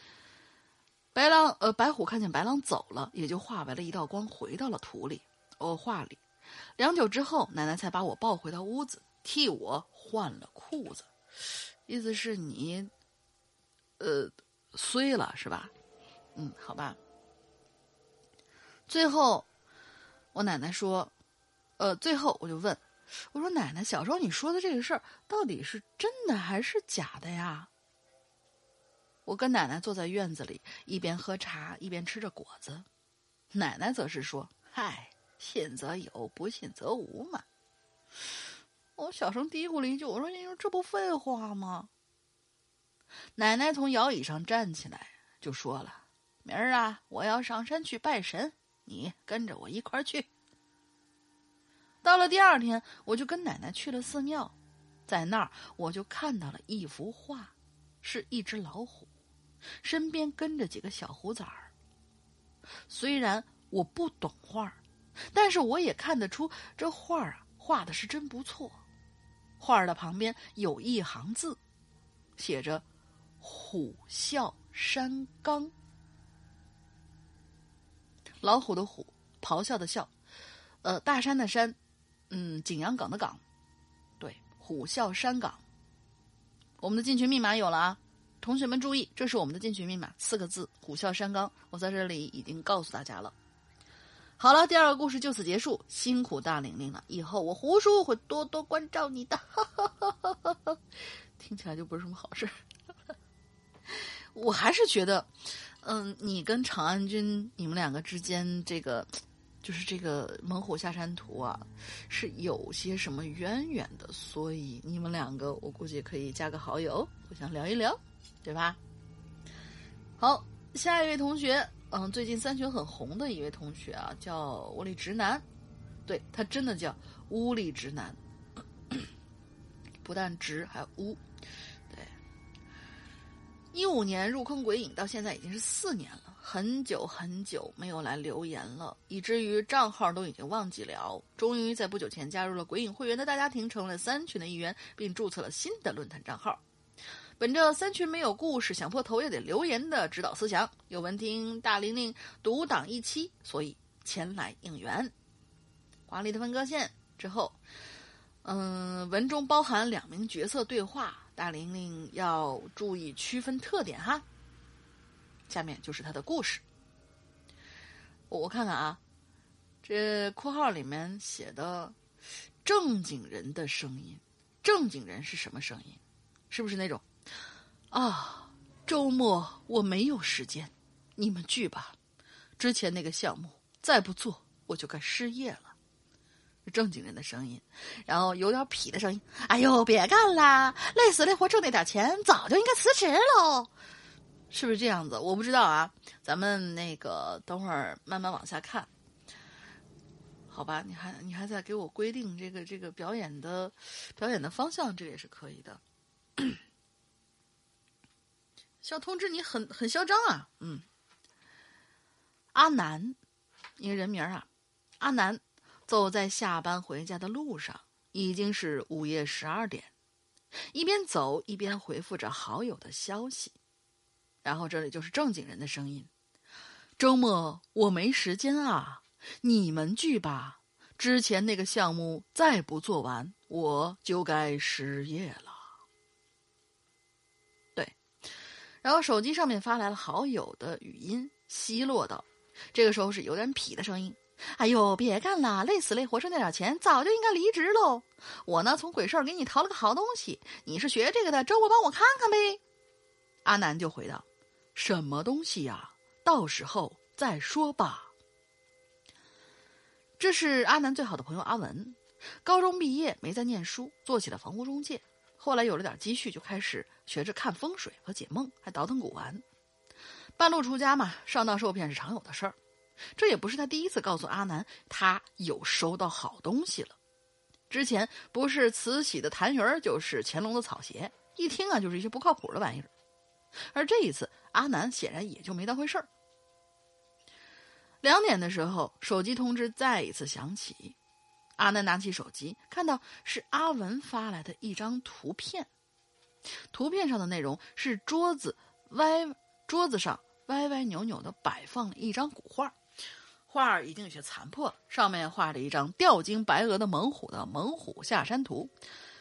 白虎看见白狼走了，也就化为了一道光，回到了画里。良久之后，奶奶才把我抱回到屋子，替我换了裤子，意思是你衰了是吧？好吧。 最后我奶奶说，最后我就问，我说奶奶，小时候你说的这个事儿到底是真的还是假的呀？我跟奶奶坐在院子里，一边喝茶一边吃着果子。奶奶则是说，嗨，信则有，不信则无嘛。我小声嘀咕了一句，我说这不废话吗？奶奶从摇椅上站起来就说了，明儿啊我要上山去拜神，你跟着我一块儿去。到了第二天，我就跟奶奶去了寺庙，在那儿我就看到了一幅画，是一只老虎，身边跟着几个小虎崽儿。虽然我不懂画，但是我也看得出这画啊画的是真不错。画的旁边有一行字，写着虎啸山冈。老虎的虎，咆哮的啸，大山的山，景阳岗的岗，对，虎啸山岗。我们的进群密码有了啊，同学们注意，这是我们的进群密码，4个字，虎啸山冈，我在这里已经告诉大家了。好了，第二个故事就此结束，辛苦大玲玲了，以后我胡叔会多多关照你的，听起来就不是什么好事。我还是觉得，你跟长安君你们两个之间这个，就是这个猛虎下山图啊，是有些什么渊源的，所以你们两个我估计可以加个好友，互相聊一聊，对吧？好，下一位同学，最近3群很红的一位同学啊，叫屋里直男，对，他真的叫屋里直男，不但直还污。对，15年入坑鬼影到现在已经是4年了，很久很久没有来留言了，以至于账号都已经忘记了。终于在不久前加入了鬼影会员的大家庭，成了3群的一员，并注册了新的论坛账号。本着3群没有故事，想破头也得留言的指导思想，有闻听大玲玲独挡一期，所以前来应援。华丽的分割线之后，文中包含2名角色对话，大玲玲要注意区分特点哈。下面就是他的故事。我看看啊，这括号里面写的正经人的声音，正经人是什么声音？是不是那种啊，周末我没有时间，你们聚吧，之前那个项目再不做我就该失业了，正经人的声音。然后有点痞的声音，哎呦别干啦，累死累活挣那点钱早就应该辞职喽，是不是这样子？我不知道啊，咱们那个等会儿慢慢往下看，好吧？你还在给我规定这个表演的方向，这也是可以的。小同志，你很嚣张啊！阿南，一个人名啊，阿南走在下班回家的路上，已经是午夜12点，一边走一边回复着好友的消息。然后这里就是正经人的声音：周末我没时间啊，你们聚吧，之前那个项目再不做完，我就该失业了。对，然后手机上面发来了好友的语音，奚落道：这个时候是有点痞的声音，哎呦别干啦，累死累活挣那点钱早就应该离职喽，我呢从鬼市给你淘了个好东西，你是学这个的，周末帮我看看呗。阿南就回道：什么东西呀？到时候再说吧。这是阿南最好的朋友阿文，高中毕业没再念书，做起了房屋中介，后来有了点积蓄，就开始学着看风水和解梦，还捣腾古玩。半路出家嘛，上当受骗是常有的事儿。这也不是他第一次告诉阿南他有收到好东西了，之前不是慈禧的痰盂，就是乾隆的草鞋，一听啊就是一些不靠谱的玩意儿。而这一次阿南显然也就没当回事儿。2点的时候，手机通知再一次响起，阿南拿起手机，看到是阿文发来的一张图片，图片上的内容是桌子上歪歪扭扭的摆放了一张古画，画已经有些残破，上面画着一张吊睛白额的猛虎的猛虎下山图。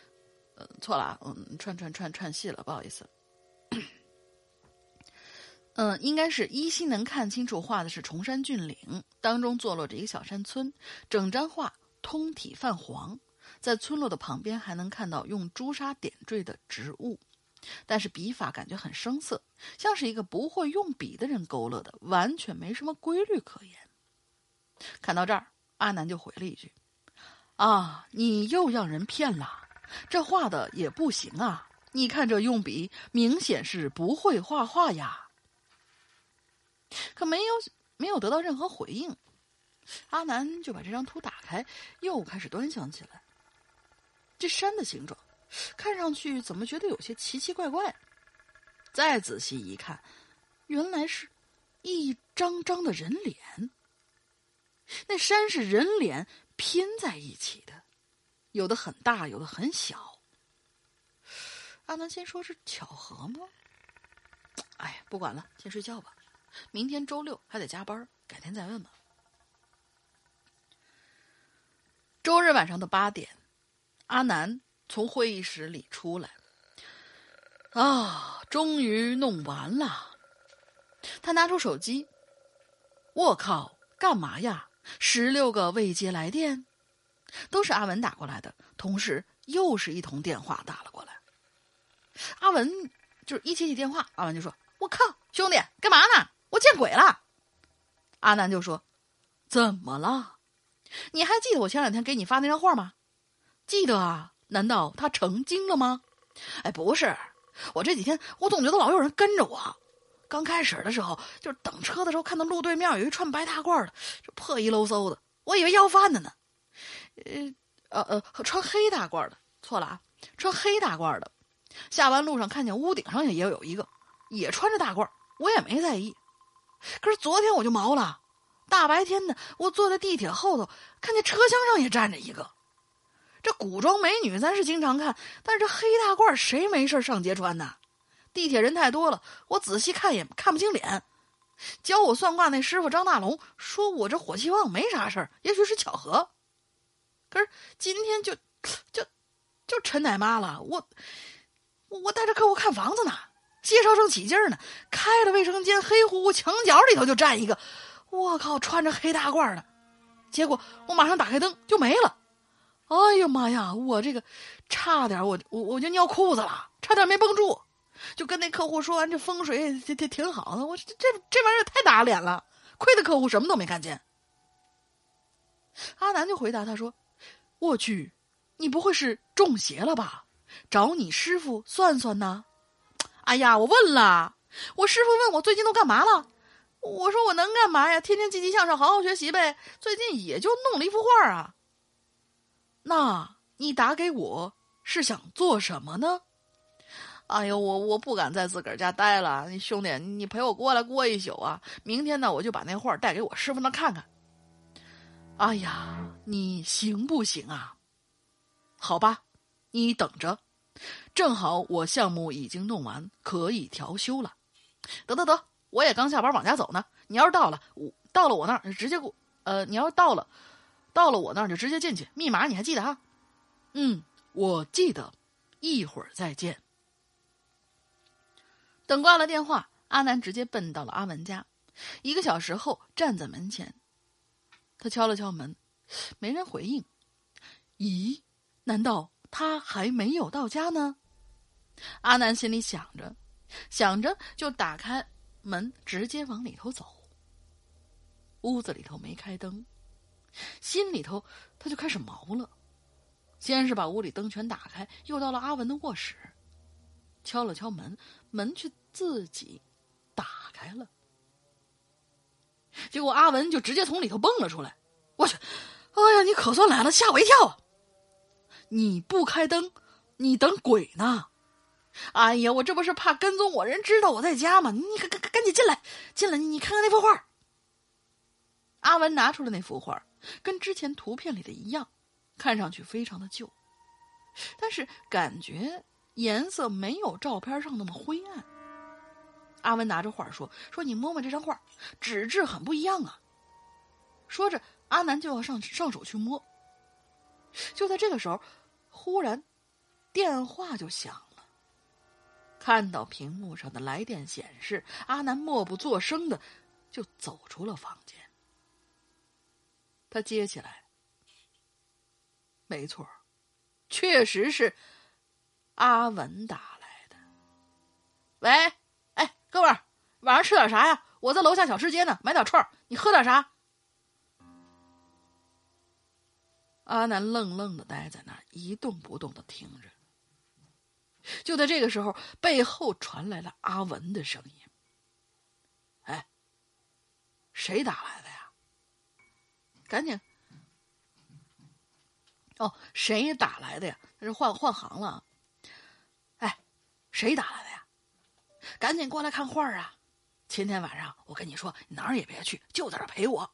错了，串戏了，不好意思。 应该是依稀能看清楚画的是崇山峻岭，当中坐落着一个小山村，整张画通体泛黄，在村落的旁边还能看到用朱砂点缀的植物，但是笔法感觉很生涩，像是一个不会用笔的人勾勒的，完全没什么规律可言。看到这儿，阿南就回了一句：啊，你又让人骗了，这画的也不行啊，你看这用笔明显是不会画画呀。可没有得到任何回应，阿南就把这张图打开，又开始端详起来。这山的形状看上去怎么觉得有些奇奇怪怪，再仔细一看，原来是一张张的人脸。那山是人脸拼在一起的，有的很大，有的很小。阿南先说是巧合吗？哎呀，不管了，先睡觉吧，明天周六还得加班，改天再问吧。周日晚上的8点，阿南从会议室里出来。啊，终于弄完了。他拿出手机，我靠，干嘛呀？16个未接来电，都是阿文打过来的，同时又是一通电话打了过来。阿文就是一接起电话，阿文就说：我靠，兄弟，干嘛呢？我见鬼了。阿南就说：怎么了？你还记得我前2天给你发那张画吗？记得啊，难道他成精了吗？哎，不是，我这几天我总觉得老有人跟着我。刚开始的时候，就是等车的时候，看到路对面有一串白大褂的，就破衣漏搜的，我以为要饭的呢。穿黑大褂的，错了啊，穿黑大褂的。下班路上看见屋顶上也有一个，也穿着大褂，我也没在意。可是昨天我就毛了，大白天的，我坐在地铁后头，看见车厢上也站着一个。这古装美女咱是经常看，但是这黑大褂谁没事上街穿呢？地铁人太多了，我仔细看也看不清脸。教我算卦那师傅张大龙说我这火气旺没啥事儿，也许是巧合。可是今天就陈奶妈了，我带着客户看房子呢，介绍正起劲儿呢，开了卫生间，黑乎乎墙角里头就站一个，我靠，穿着黑大褂的。结果我马上打开灯就没了。哎呀妈呀，我这个差点我就尿裤子了，差点没绷住。就跟那客户说完，这风水挺好的，我这玩意儿太打脸了，亏得客户什么都没看见。阿南就回答他说：我去，你不会是中邪了吧？找你师傅算算呢？哎呀，我问了，我师傅问我最近都干嘛了，我说我能干嘛呀，天天积极向上，好好学习呗，最近也就弄了一幅画啊。那你打给我是想做什么呢？哎呦，我不敢在自个儿家待了，你兄弟，你陪我过来过一宿啊！明天呢，我就把那画带给我师傅那看看。哎呀，你行不行啊？好吧，你等着，正好我项目已经弄完，可以调休了。得，我也刚下班往家走呢。你要是到了我那儿，直接你要是到了我那儿就直接进去，密码你还记得啊？我记得，一会儿再见。等挂了电话，阿南直接奔到了阿文家。1个小时后，站在门前，他敲了敲门，没人回应。咦，难道他还没有到家呢？阿南心里想着就打开门，直接往里头走。屋子里头没开灯，心里头他就开始毛了。先是把屋里灯全打开，又到了阿文的卧室，敲了敲门，门却自己打开了。结果阿文就直接从里头蹦了出来。我去，哎呀，你可算来了，吓我一跳啊！你不开灯，你等鬼呢？哎呀，我这不是怕跟踪我人知道我在家吗？你赶紧进来，你看看那幅画。阿文拿出了那幅画，跟之前图片里的一样，看上去非常的旧，但是感觉颜色没有照片上那么灰暗。阿文拿着画说你摸摸这张画，纸质很不一样啊。说着，阿南就要上手去摸。就在这个时候，忽然电话就响了。 看到屏幕上的来电显示，阿南默不作声的就走出了房间。他接起来，没错，确实是阿文打来的。喂，哎，哥们儿，晚上吃点啥呀？我在楼下小吃街呢，买点串，你喝点啥？阿南愣愣的待在那儿，一动不动的听着。就在这个时候，背后传来了阿文的声音：“哎，谁打来的呀？赶紧！哦，谁打来的呀？这是换行了。哎，谁打来的呀？赶紧过来看画啊！前天晚上我跟你说，哪儿也别去，就在这儿陪我。”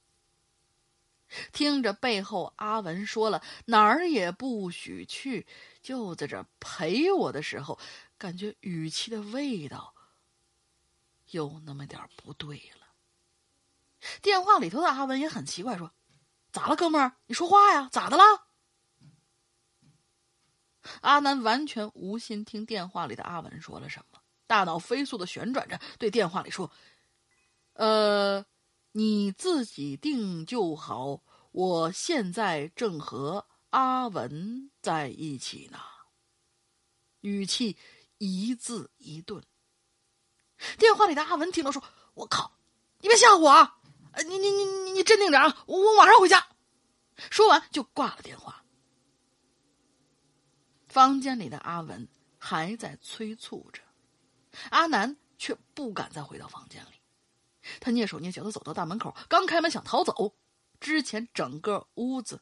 听着背后阿文说了哪儿也不许去，就在这陪我的时候，感觉语气的味道有那么点不对了。电话里头的阿文也很奇怪，说：“咋了，哥们儿？你说话呀，咋的了？”阿南完全无心听电话里的阿文说了什么，大脑飞速的旋转着，对电话里说：“你自己定就好，我现在正和阿文在一起呢。”语气一字一顿。电话里的阿文听了说：“我靠，你别吓唬我啊！你镇定点啊，我马上回家。”说完就挂了电话。房间里的阿文还在催促着，阿南却不敢再回到房间里。他蹑手蹑脚的走到大门口，刚开门想逃走，之前整个屋子，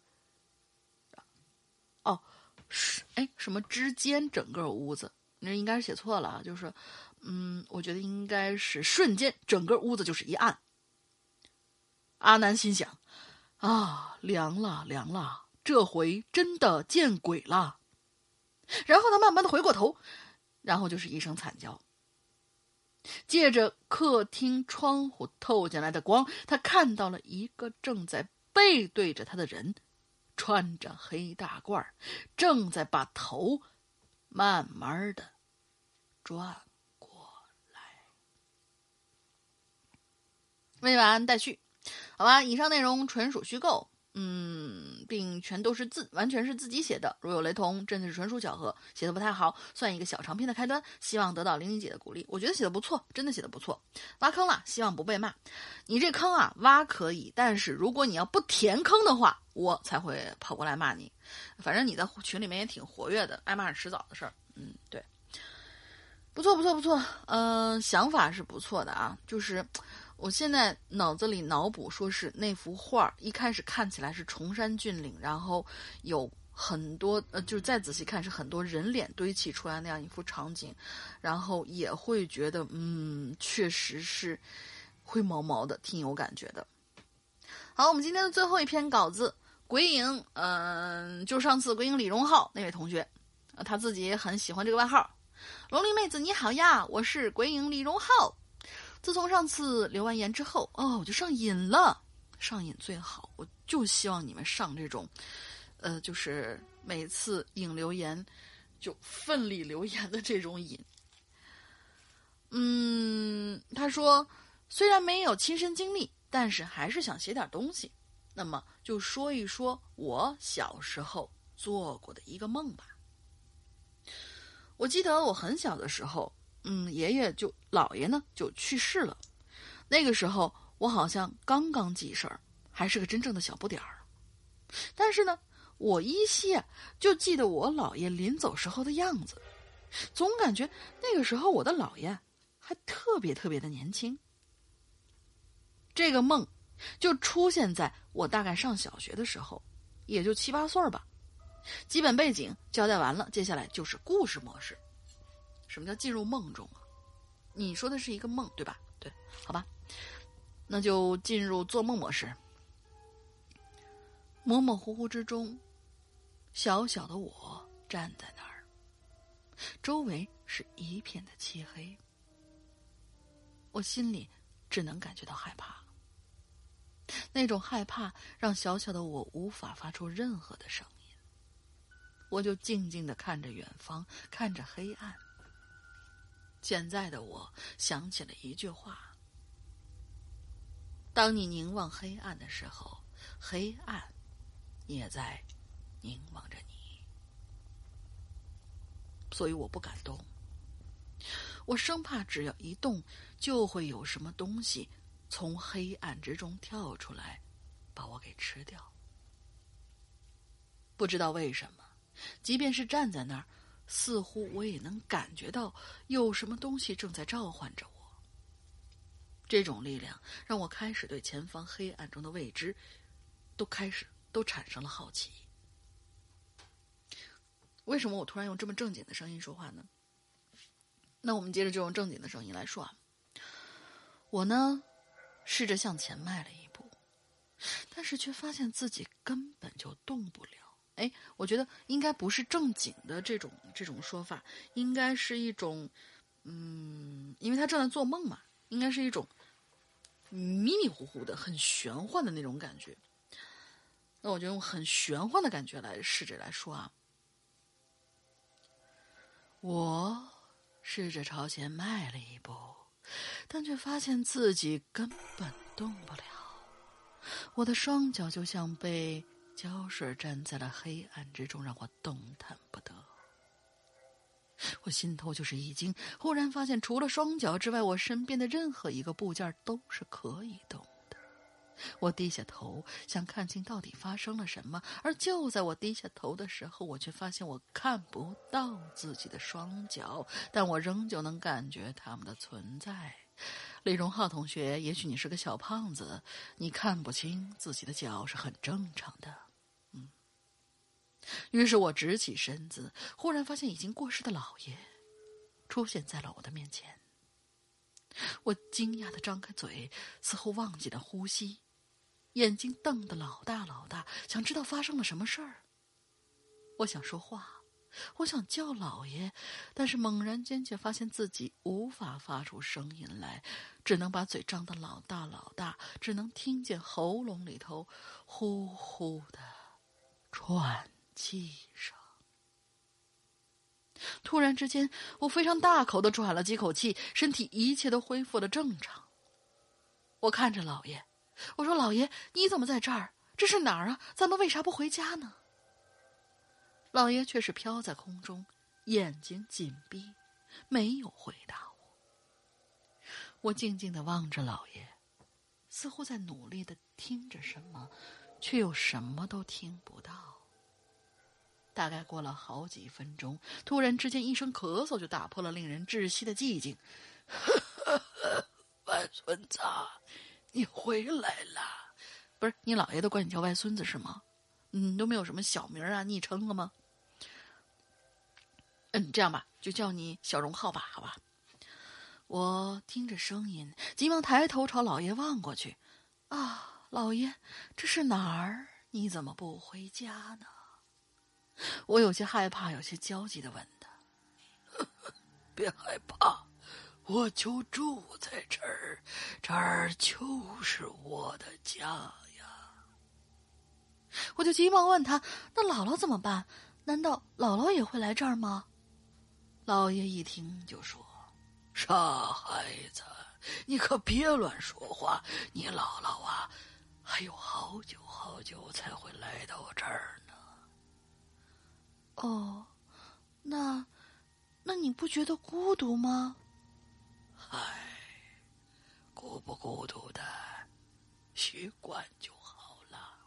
什么之间整个屋子，那应该是写错了啊，就是我觉得应该是瞬间整个屋子就是一暗。阿南心想啊，凉了，这回真的见鬼了。然后他慢慢的回过头，然后就是一声惨叫。借着客厅窗户透进来的光，他看到了一个正在背对着他的人，穿着黑大褂，正在把头慢慢的转过来。未完待续。好吧，以上内容纯属虚构，并全都是完全是自己写的，如有雷同，真的是纯属巧合，写的不太好，算一个小长篇的开端，希望得到玲玲姐的鼓励。我觉得写的不错，真的写的不错。挖坑了，希望不被骂。你这坑啊，挖可以，但是如果你要不填坑的话，我才会跑过来骂你。反正你在群里面也挺活跃的，挨骂是迟早的事儿。对，不错，想法是不错的啊，就是我现在脑子里脑补说是那幅画一开始看起来是崇山峻岭，然后有很多就是再仔细看是很多人脸堆砌出来那样一幅场景，然后也会觉得确实是会毛毛的，挺有感觉的。好，我们今天的最后一篇稿子，鬼影，就上次鬼影李荣浩那位同学，他自己也很喜欢这个外号。龙鳞妹子你好呀，我是鬼影李荣浩。自从上次留完言之后，我就上瘾了。上瘾最好，我就希望你们上这种，就是每次引留言就奋力留言的这种瘾。他说虽然没有亲身经历，但是还是想写点东西。那么就说一说我小时候做过的一个梦吧。我记得我很小的时候，姥爷呢就去世了。那个时候我好像刚刚记事儿，还是个真正的小不点儿。但是呢，我依稀就记得我姥爷临走时候的样子，总感觉那个时候我的姥爷还特别特别的年轻。这个梦就出现在我大概上小学的时候，也就7、8岁吧。基本背景交代完了，接下来就是故事模式。什么叫进入梦中啊？你说的是一个梦对吧？对，好吧，那就进入做梦模式。模模糊糊之中，小小的我站在那儿，周围是一片的漆黑。我心里只能感觉到害怕，那种害怕让小小的我无法发出任何的声音。我就静静地看着远方，看着黑暗。 现在的我想起了一句话：当你凝望黑暗的时候，黑暗也在凝望着你。所以我不敢动，我生怕只要一动，就会有什么东西从黑暗之中跳出来，把我给吃掉。不知道为什么，即便是站在那儿，似乎我也能感觉到有什么东西正在召唤着我。这种力量让我开始对前方黑暗中的未知都产生了好奇。为什么我突然用这么正经的声音说话呢？那我们接着就用正经的声音来说啊。我呢，试着向前迈了一步，但是却发现自己根本就动不了。我觉得应该不是正经的这种说法，应该是一种，因为他正在做梦嘛，应该是一种迷迷糊糊的、很玄幻的那种感觉。那我就用很玄幻的感觉来试着来说啊。我试着朝前迈了一步，但却发现自己根本动不了。我的双脚就像被胶水粘在了黑暗之中，让我动弹不得。我心头就是一惊，忽然发现除了双脚之外，我身边的任何一个部件都是可以动的。我低下头想看清到底发生了什么，而就在我低下头的时候，我却发现我看不到自己的双脚，但我仍旧能感觉它们的存在。李荣浩同学，也许你是个小胖子，你看不清自己的脚是很正常的。于是我直起身子，忽然发现已经过世的老爷出现在了我的面前。我惊讶地张开嘴，似乎忘记了呼吸，眼睛瞪得老大老大，想知道发生了什么事儿。我想说话，我想叫老爷，但是猛然间却发现自己无法发出声音来，只能把嘴张得老大老大，只能听见喉咙里头呼呼的喘气声。突然之间，我非常大口地喘了几口气，身体一切都恢复了正常。我看着老爷，我说：“老爷，你怎么在这儿？这是哪儿啊？咱们为啥不回家呢？”老爷却是飘在空中，眼睛紧闭，没有回答我。我静静地望着老爷，似乎在努力地听着什么，却又什么都听不到。大概过了好几分钟，突然之间一声咳嗽就打破了令人窒息的寂静。 外孙子，你回来了。 不是，你姥爷都管你叫外孙子是吗？你都没有什么小名啊、昵称了吗？这样吧，就叫你小荣浩吧，好吧。我听着声音，急忙抬头朝老爷望过去。啊，老爷，这是哪儿？你怎么不回家呢？我有些害怕，有些焦急地问他。 别害怕，我就住在这儿，这儿就是我的家呀。 我就急忙问他，那姥姥怎么办？难道姥姥也会来这儿吗？老爷一听就说： 傻孩子，你可别乱说话，你姥姥啊，还有好久好久才会来到这儿呢。 哦，那你不觉得孤独吗？ 孤不孤独的，习惯就好了。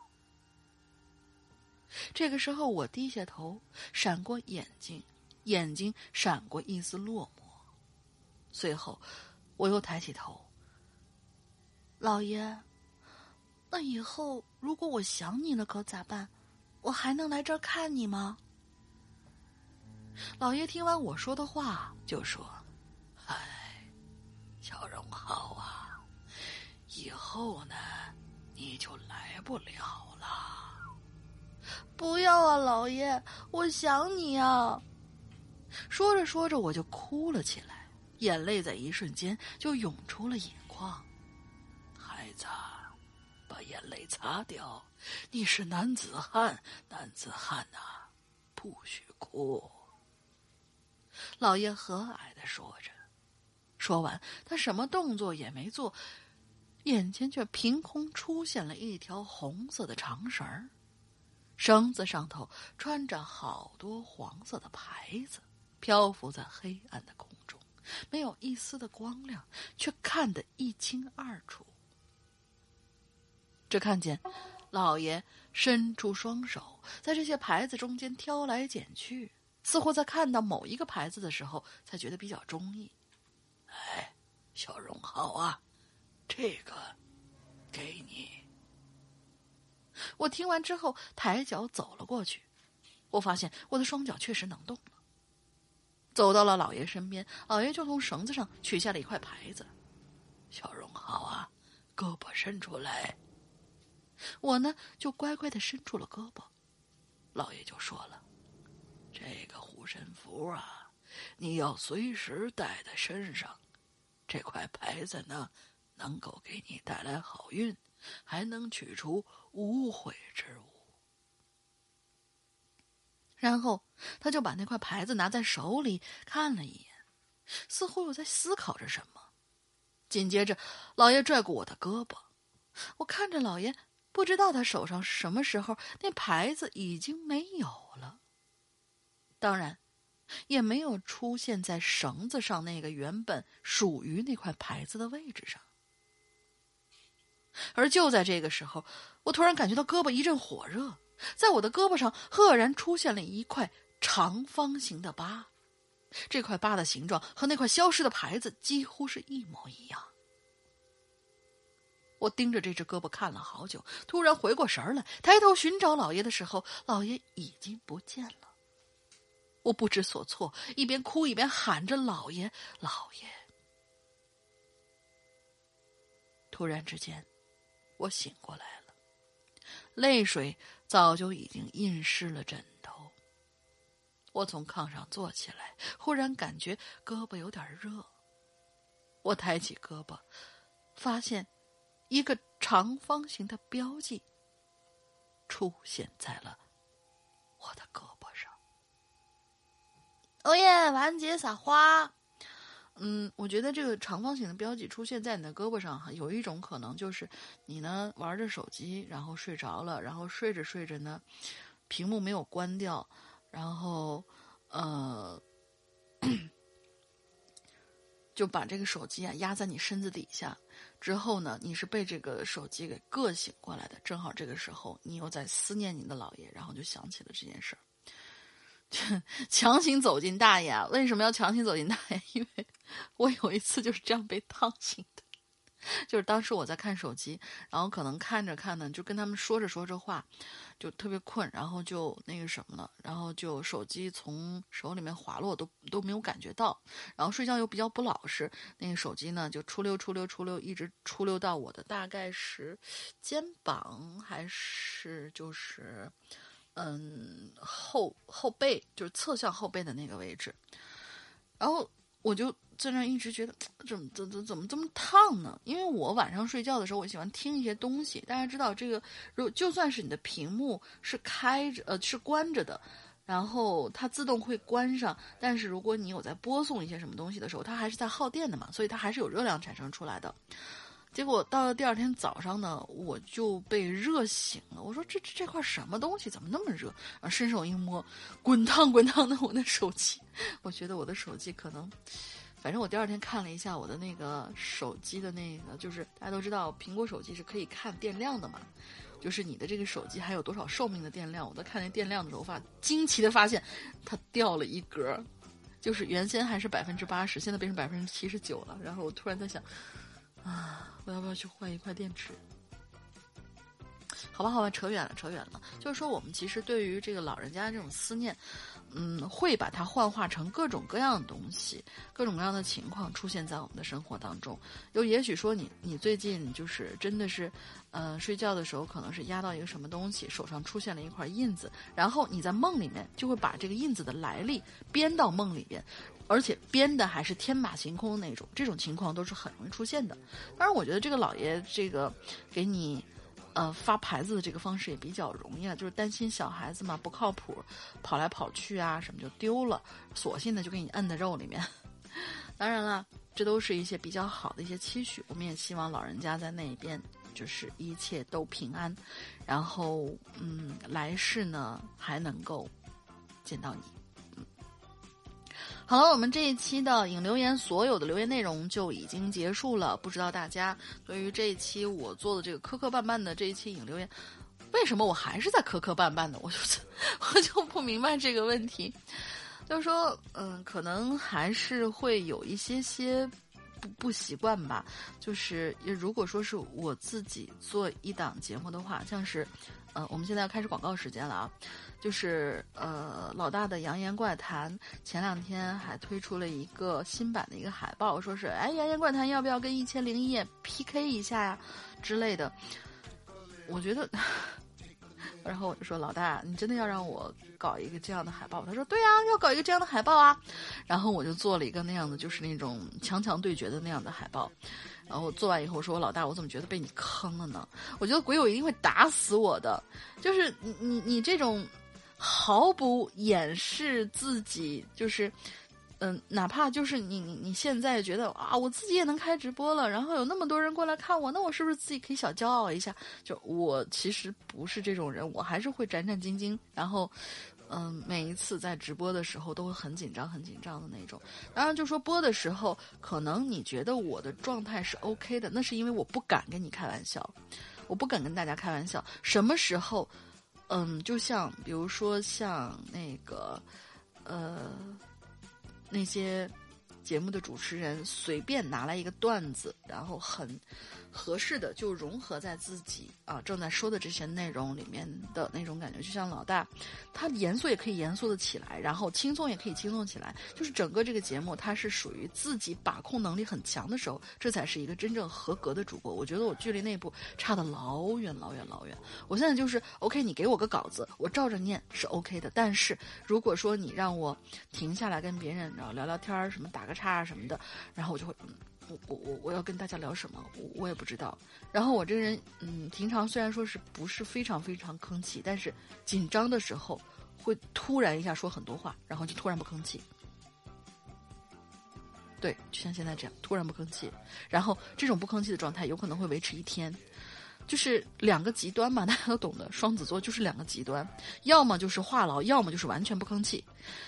这个时候我低下头，闪过眼睛闪过一丝落寞。随后我又抬起头。老爷，那以后如果我想你了可咋办？我还能来这儿看你吗？老爷听完我说的话就说： 小荣浩啊，以后呢你就来不了了。 不要啊，老爷，我想你啊。说着说着我就哭了起来，眼泪在一瞬间就涌出了眼眶。 孩子，把眼泪擦掉，你是男子汉，男子汉啊，不许哭。 老爷和蔼地说着。 说完，他什么动作也没做，眼前却凭空出现了一条红色的长绳，绳子上头穿着好多黄色的牌子，漂浮在黑暗的空中，没有一丝的光亮，却看得一清二楚。只看见老爷伸出双手，在这些牌子中间挑来拣去，似乎在看到某一个牌子的时候才觉得比较中意。 哎，小荣好啊，这个给你。 我听完之后抬脚走了过去，我发现我的双脚确实能动了。走到了老爷身边，老爷就从绳子上取下了一块牌子。 小荣好啊，胳膊伸出来。 我呢就乖乖地伸出了胳膊。 老爷就说了，这个护身符啊，你要随时带在身上。这块牌子呢，能够给你带来好运，还能取除污秽之物。 然后他就把那块牌子拿在手里看了一眼，似乎又在思考着什么。紧接着老爷拽过我的胳膊，我看着老爷，不知道他手上什么时候那牌子已经没有了，当然也没有出现在绳子上那个原本属于那块牌子的位置上。而就在这个时候，我突然感觉到胳膊一阵火热，在我的胳膊上赫然出现了一块长方形的疤，这块疤的形状和那块消失的牌子几乎是一模一样。我盯着这只胳膊看了好久，突然回过神来，抬头寻找老爷的时候，老爷已经不见了。我不知所措，一边哭一边喊着老爷老爷。突然之间我醒过来了，泪水早就已经浸湿了枕头。我从炕上坐起来，忽然感觉胳膊有点热。我抬起胳膊，发现一个长方形的标记出现在了我的胳膊上。哦耶，完结撒花。我觉得这个长方形的标记出现在你的胳膊上，有一种可能就是你呢玩着手机，然后睡着了，然后睡着睡着呢，屏幕没有关掉，然后就把这个手机啊压在你身子底下，之后呢，你是被这个手机给硌醒过来的，正好这个时候你又在思念你的姥爷，然后就想起了这件事儿。强行走进大爷啊！为什么要强行走进大爷？因为我有一次就是这样被烫醒的，就是当时我在看手机，然后可能看着看呢，就跟他们说着话，就特别困，然后就那个什么了，然后就手机从手里面滑落都没有感觉到，然后睡觉又比较不老实，那个手机呢就出溜，一直出溜到我的大概是肩膀还是就是后背，就是侧向后背的那个位置，然后我就在那一直觉得怎么这么烫呢？因为我晚上睡觉的时候，我喜欢听一些东西。大家知道这个，就算是你的屏幕是开着是关着的，然后它自动会关上，但是如果你有在播送一些什么东西的时候，它还是在耗电的嘛，所以它还是有热量产生出来的。结果到了第二天早上呢，我就被热醒了。我说这块什么东西怎么那么热？伸手一摸，滚烫的我的手机。我觉得我的手机可能，反正我第二天看了一下我的那个手机的那个，就是大家都知道苹果手机是可以看电量的嘛，就是你的这个手机还有多少寿命的电量。我在看那电量的时候惊奇的发现它掉了一格，就是原先还是80%，现在变成79%了。然后我突然在想我要不要去换一块电池？好吧，扯远了。就是说，我们其实对于这个老人家这种思念，会把它幻化成各种各样的东西，各种各样的情况出现在我们的生活当中。也许说你最近就是真的是，睡觉的时候可能是压到一个什么东西，手上出现了一块印子，然后你在梦里面就会把这个印子的来历编到梦里边。而且编的还是天马行空那种，这种情况都是很容易出现的。当然，我觉得这个老爷这个给你发牌子的这个方式也比较容易啊，就是担心小孩子嘛不靠谱，跑来跑去啊什么就丢了，索性的就给你摁在肉里面。当然了， 这都是一些比较好的一些期许。我们也希望老人家在那边就是一切都平安，然后来世呢还能够见到你。好了，我们这一期的影留言所有的留言内容就已经结束了。不知道大家对于这一期我做的这个磕磕绊绊的这一期影留言，为什么我还是在磕磕绊绊的？我就不明白这个问题。就是说，可能还是会有一些不习惯吧。就是如果说是我自己做一档节目的话，像是我们现在要开始广告时间了啊。就是老大的扬言怪谈前2天还推出了一个新版的一个海报，说是扬言怪谈要不要跟1001夜 PK 一下呀之类的。我觉得然后我就说，老大你真的要让我搞一个这样的海报？他说对啊，要搞一个这样的海报啊。然后我就做了一个那样的，就是那种强对决的那样的海报。然后做完以后，我说，我老大，我怎么觉得被你坑了呢？我觉得鬼友一定会打死我的。就是你这种毫不掩饰自己，就是哪怕就是你现在觉得啊，我自己也能开直播了，然后有那么多人过来看我，那我是不是自己可以小骄傲一下？就我其实不是这种人，我还是会战战兢兢，然后每一次在直播的时候都会很紧张的那种。当然就说播的时候，可能你觉得我的状态是 OK 的，那是因为我不敢跟你开玩笑，我不敢跟大家开玩笑。什么时候就像比如说像那个那些节目的主持人随便拿来一个段子，然后很合适的就融合在自己正在说的这些内容里面的那种感觉。就像老大，他严肃也可以严肃的起来，然后轻松也可以轻松起来，就是整个这个节目它是属于自己把控能力很强的时候，这才是一个真正合格的主播。我觉得我距离那步差得老远。我现在就是 OK， 你给我个稿子，我照着念是 OK 的。但是如果说你让我停下来跟别人聊聊天什么打个岔什么的，然后我就会我要跟大家聊什么，我也不知道。然后我这个人平常虽然说是不是非常吭气，但是紧张的时候会突然一下说很多话，然后就突然不吭气。对，就像现在这样突然不吭气，然后这种不吭气的状态有可能会维持1天。就是2个极端嘛，大家都懂得，双子座就是2个极端，要么就是话痨，要么就是完全不吭气。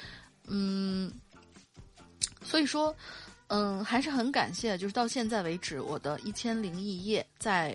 所以说还是很感谢，就是到现在为止，我的1001夜在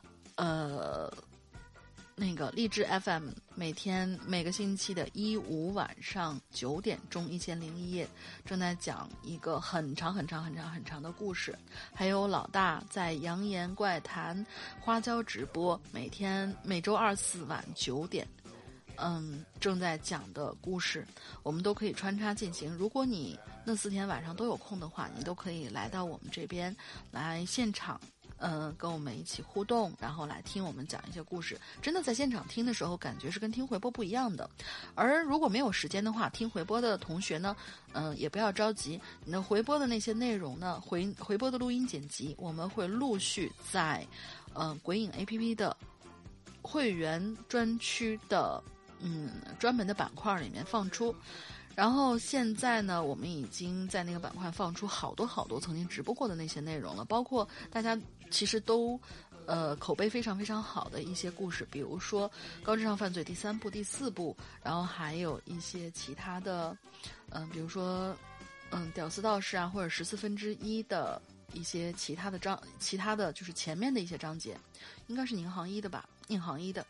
那个荔枝 FM 每个星期的1、5晚上9点钟1001夜正在讲一个很长的故事，还有老大在扬言怪谈花椒直播每周2、4晚9点正在讲的故事，我们都可以穿插进行。如果你那4天晚上都有空的话，你都可以来到我们这边来现场跟我们一起互动，然后来听我们讲一些故事。真的在现场听的时候，感觉是跟听回播不一样的。而如果没有时间的话，听回播的同学呢，也不要着急，你的回播的那些内容呢，回播的录音剪辑，我们会陆续在鬼影 APP 的会员专区的专门的板块里面放出。然后现在呢，我们已经在那个板块放出好多曾经直播过的那些内容了，包括大家其实都口碑非常好的一些故事，比如说高智商犯罪第3部、第4部，然后还有一些其他的比如说屌丝道士啊，或者1/14的一些其他的就是前面的一些章节，应该是闵行一的吧，闵行一的。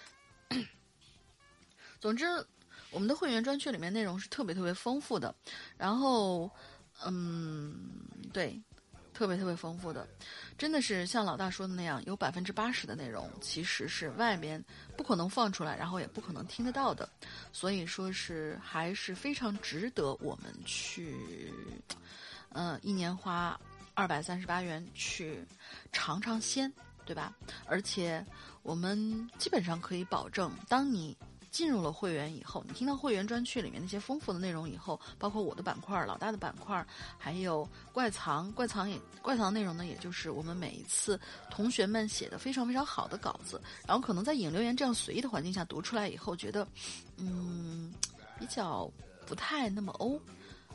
总之我们的会员专区里面内容是特别丰富的，然后对，特别丰富的，真的是像老大说的那样，有80%的内容其实是外面不可能放出来，然后也不可能听得到的，所以说是还是非常值得我们去1年花238元去尝鲜，对吧？而且我们基本上可以保证，当你进入了会员以后，你听到会员专区里面那些丰富的内容以后，包括我的板块、老大的板块，还有怪藏内容呢，也就是我们每一次同学们写的非常好的稿子，然后可能在影留言这样随意的环境下读出来以后，觉得比较不太那么欧，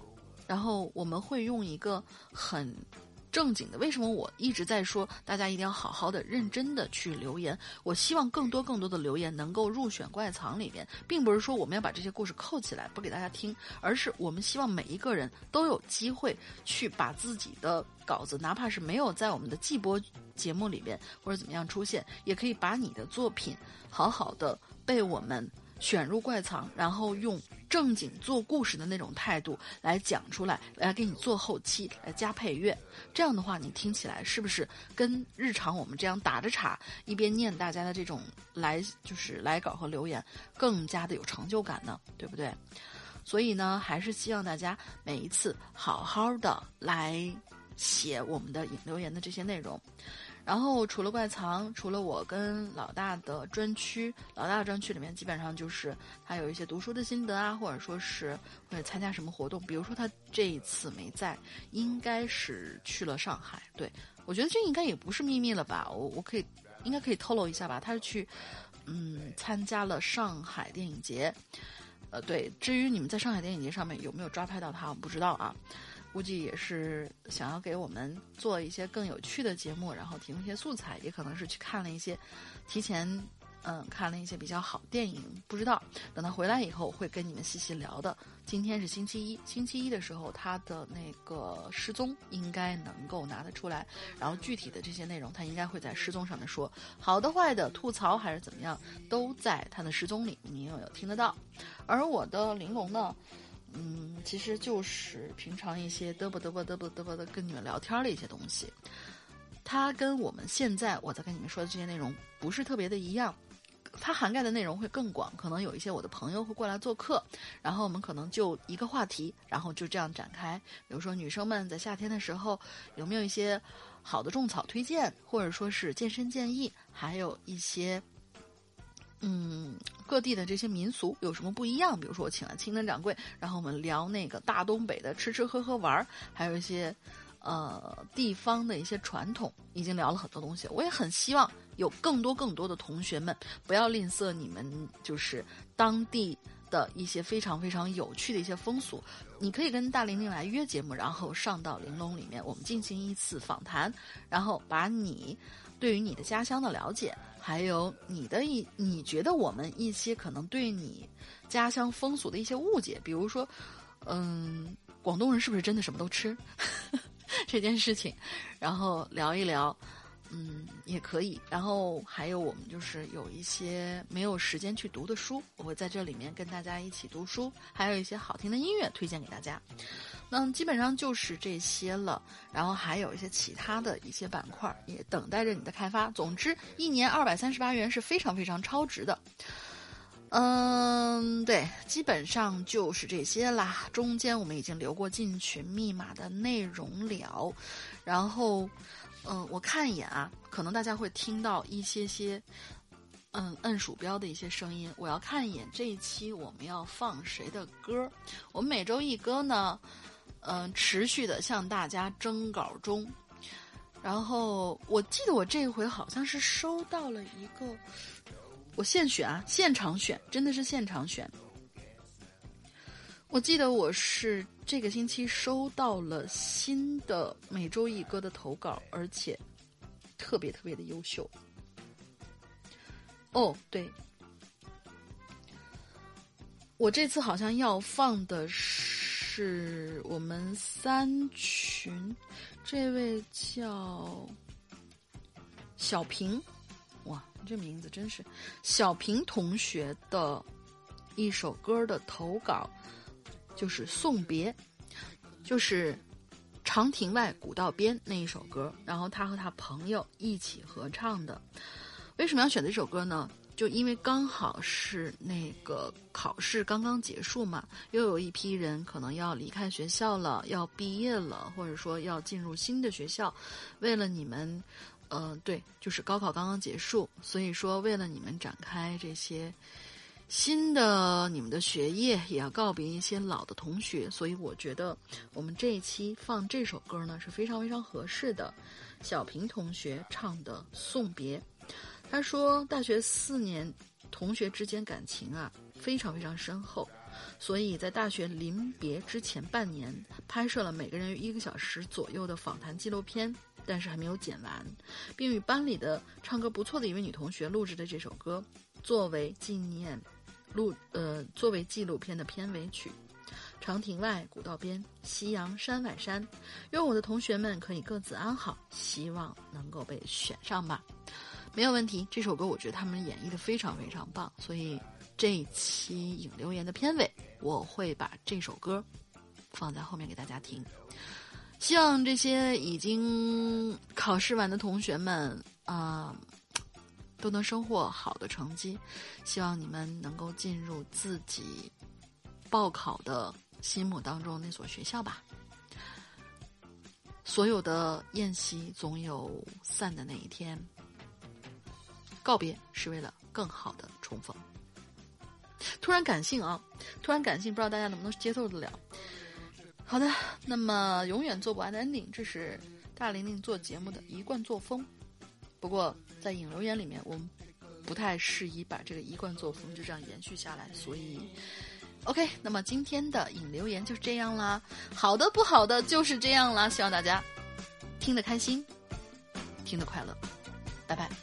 然后我们会用一个很正经的，为什么我一直在说大家一定要好好的认真的去留言，我希望更多的留言能够入选怪藏里面，并不是说我们要把这些故事扣起来不给大家听，而是我们希望每一个人都有机会去把自己的稿子，哪怕是没有在我们的季播节目里面或者怎么样出现，也可以把你的作品好好的被我们选入怪藏，然后用正经做故事的那种态度来讲出来，来给你做后期，来加配乐。这样的话你听起来是不是跟日常我们这样打着岔一边念大家的这种来稿和留言更加的有成就感呢？对不对？所以呢，还是希望大家每一次好好的来写我们的引留言的这些内容。然后除了怪藏，除了我跟老大的专区，老大的专区里面基本上就是他有一些读书的心得啊，或者说是会参加什么活动，比如说他这一次没在，应该是去了上海。对，我觉得这应该也不是秘密了吧，我应该可以透露一下吧，他是去参加了上海电影节。对，至于你们在上海电影节上面有没有抓拍到他，我不知道啊。估计也是想要给我们做一些更有趣的节目，然后提供一些素材，也可能是去看了一些提前看了一些比较好电影，不知道等他回来以后会跟你们细细聊的。今天是星期一，星期一的时候他的那个失踪应该能够拿得出来，然后具体的这些内容他应该会在失踪上面说，好的坏的吐槽还是怎么样都在他的失踪里你有听得到。而我的玲珑呢，其实就是平常一些嘚啵的跟你们聊天的一些东西，它跟我们现在我在跟你们说的这些内容不是特别的一样，它涵盖的内容会更广，可能有一些我的朋友会过来做客，然后我们可能就一个话题，然后就这样展开，比如说女生们在夏天的时候有没有一些好的种草推荐，或者说是健身建议，还有一些各地的这些民俗有什么不一样，比如说我请了青灯掌柜，然后我们聊那个大东北的吃吃喝喝玩，还有一些地方的一些传统，已经聊了很多东西。我也很希望有更多的同学们不要吝啬你们就是当地的一些非常非常有趣的一些风俗，你可以跟大玲玲来约节目，然后上到玲珑里面我们进行一次访谈，然后把你对于你的家乡的了解，还有你觉得我们一些可能对你家乡风俗的一些误解，比如说广东人是不是真的什么都吃这件事情，然后聊一聊也可以。然后还有我们就是有一些没有时间去读的书，我会在这里面跟大家一起读书，还有一些好听的音乐推荐给大家。那基本上就是这些了，然后还有一些其他的一些板块也等待着你的开发。总之1年238元是非常非常超值的。对，基本上就是这些啦。中间我们已经留过进群密码的内容了，然后我看一眼啊，可能大家会听到一些摁鼠标的一些声音，我要看一眼这一期我们要放谁的歌。我们每周一歌呢持续的向大家征稿中，然后我记得我这回好像是收到了一个，我现场选，真的是现场选。我记得我是这个星期收到了新的每周一歌的投稿，而且特别的优秀。对，我这次好像要放的是我们3群，这位叫小平，哇，这名字真是小平同学的一首歌的投稿，就是送别，就是长亭外古道边那一首歌，然后他和他朋友一起合唱的。为什么要选这首歌呢？就因为刚好是那个考试刚刚结束嘛，又有一批人可能要离开学校了，要毕业了，或者说要进入新的学校，为了你们对，就是高考刚刚结束，所以说为了你们展开这些新的你们的学业，也要告别一些老的同学，所以我觉得我们这一期放这首歌呢是非常非常合适的。小平同学唱的《送别》，他说大学4年同学之间感情啊非常非常深厚， 所以在大学临别之前半年，拍摄了每个人1个小时左右的访谈纪录片，但是还没有剪完，并与班里的唱歌不错的一位女同学录制的这首歌，作为纪录片的片尾曲。长亭外，古道边，夕阳山外山，愿我的同学们可以各自安好，希望能够被选上吧。没有问题，这首歌我觉得他们演绎的非常非常棒，所以这一期影留言的片尾，我会把这首歌放在后面给大家听。希望这些已经考试完的同学们都能收获好的成绩，希望你们能够进入自己报考的心目当中那所学校吧。所有的宴席总有散的那一天，告别是为了更好的重逢。突然感性，不知道大家能不能接受得了。好的，那么永远做不完的 ending， 这是大玲玲做节目的一贯作风。不过在影留言里面，我们不太适宜把这个一贯作风就这样延续下来，所以 OK， 那么今天的影留言就是这样啦，好的不好的就是这样啦，希望大家听得开心，听得快乐，拜拜。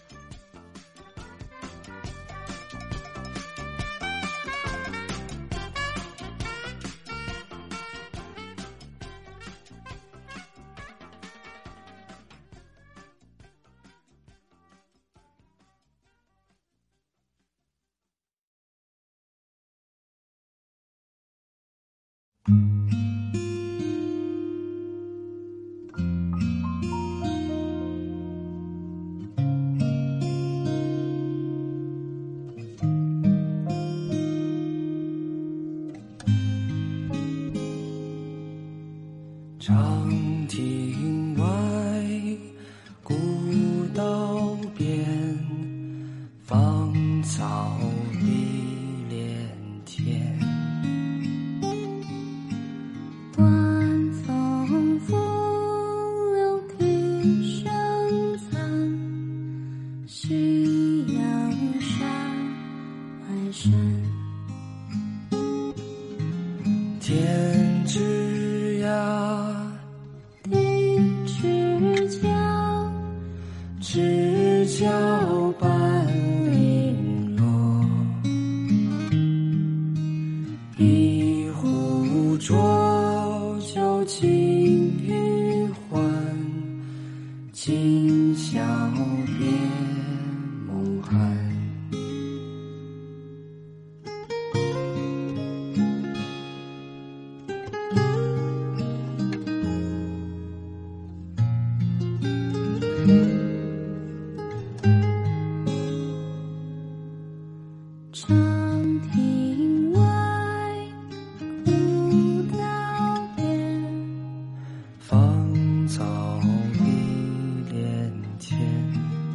长亭外，古道边，芳草碧连天。 晚风拂柳笛声残，夕阳山外山。 天之涯，知交半零落，一壶浊酒尽余欢，今宵别梦寒。 长亭外，古道边， 芳草碧连天。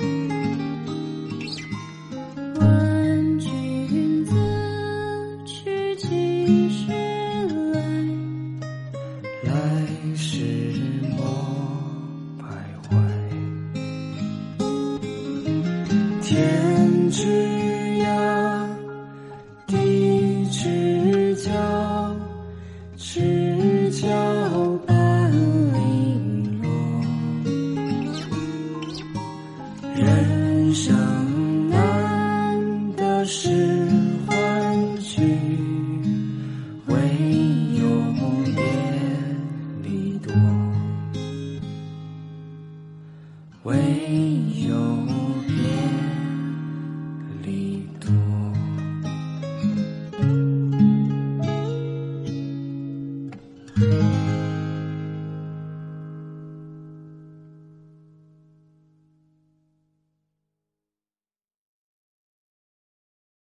问君子去几时来？ 来时莫徘徊。天之涯，地之角。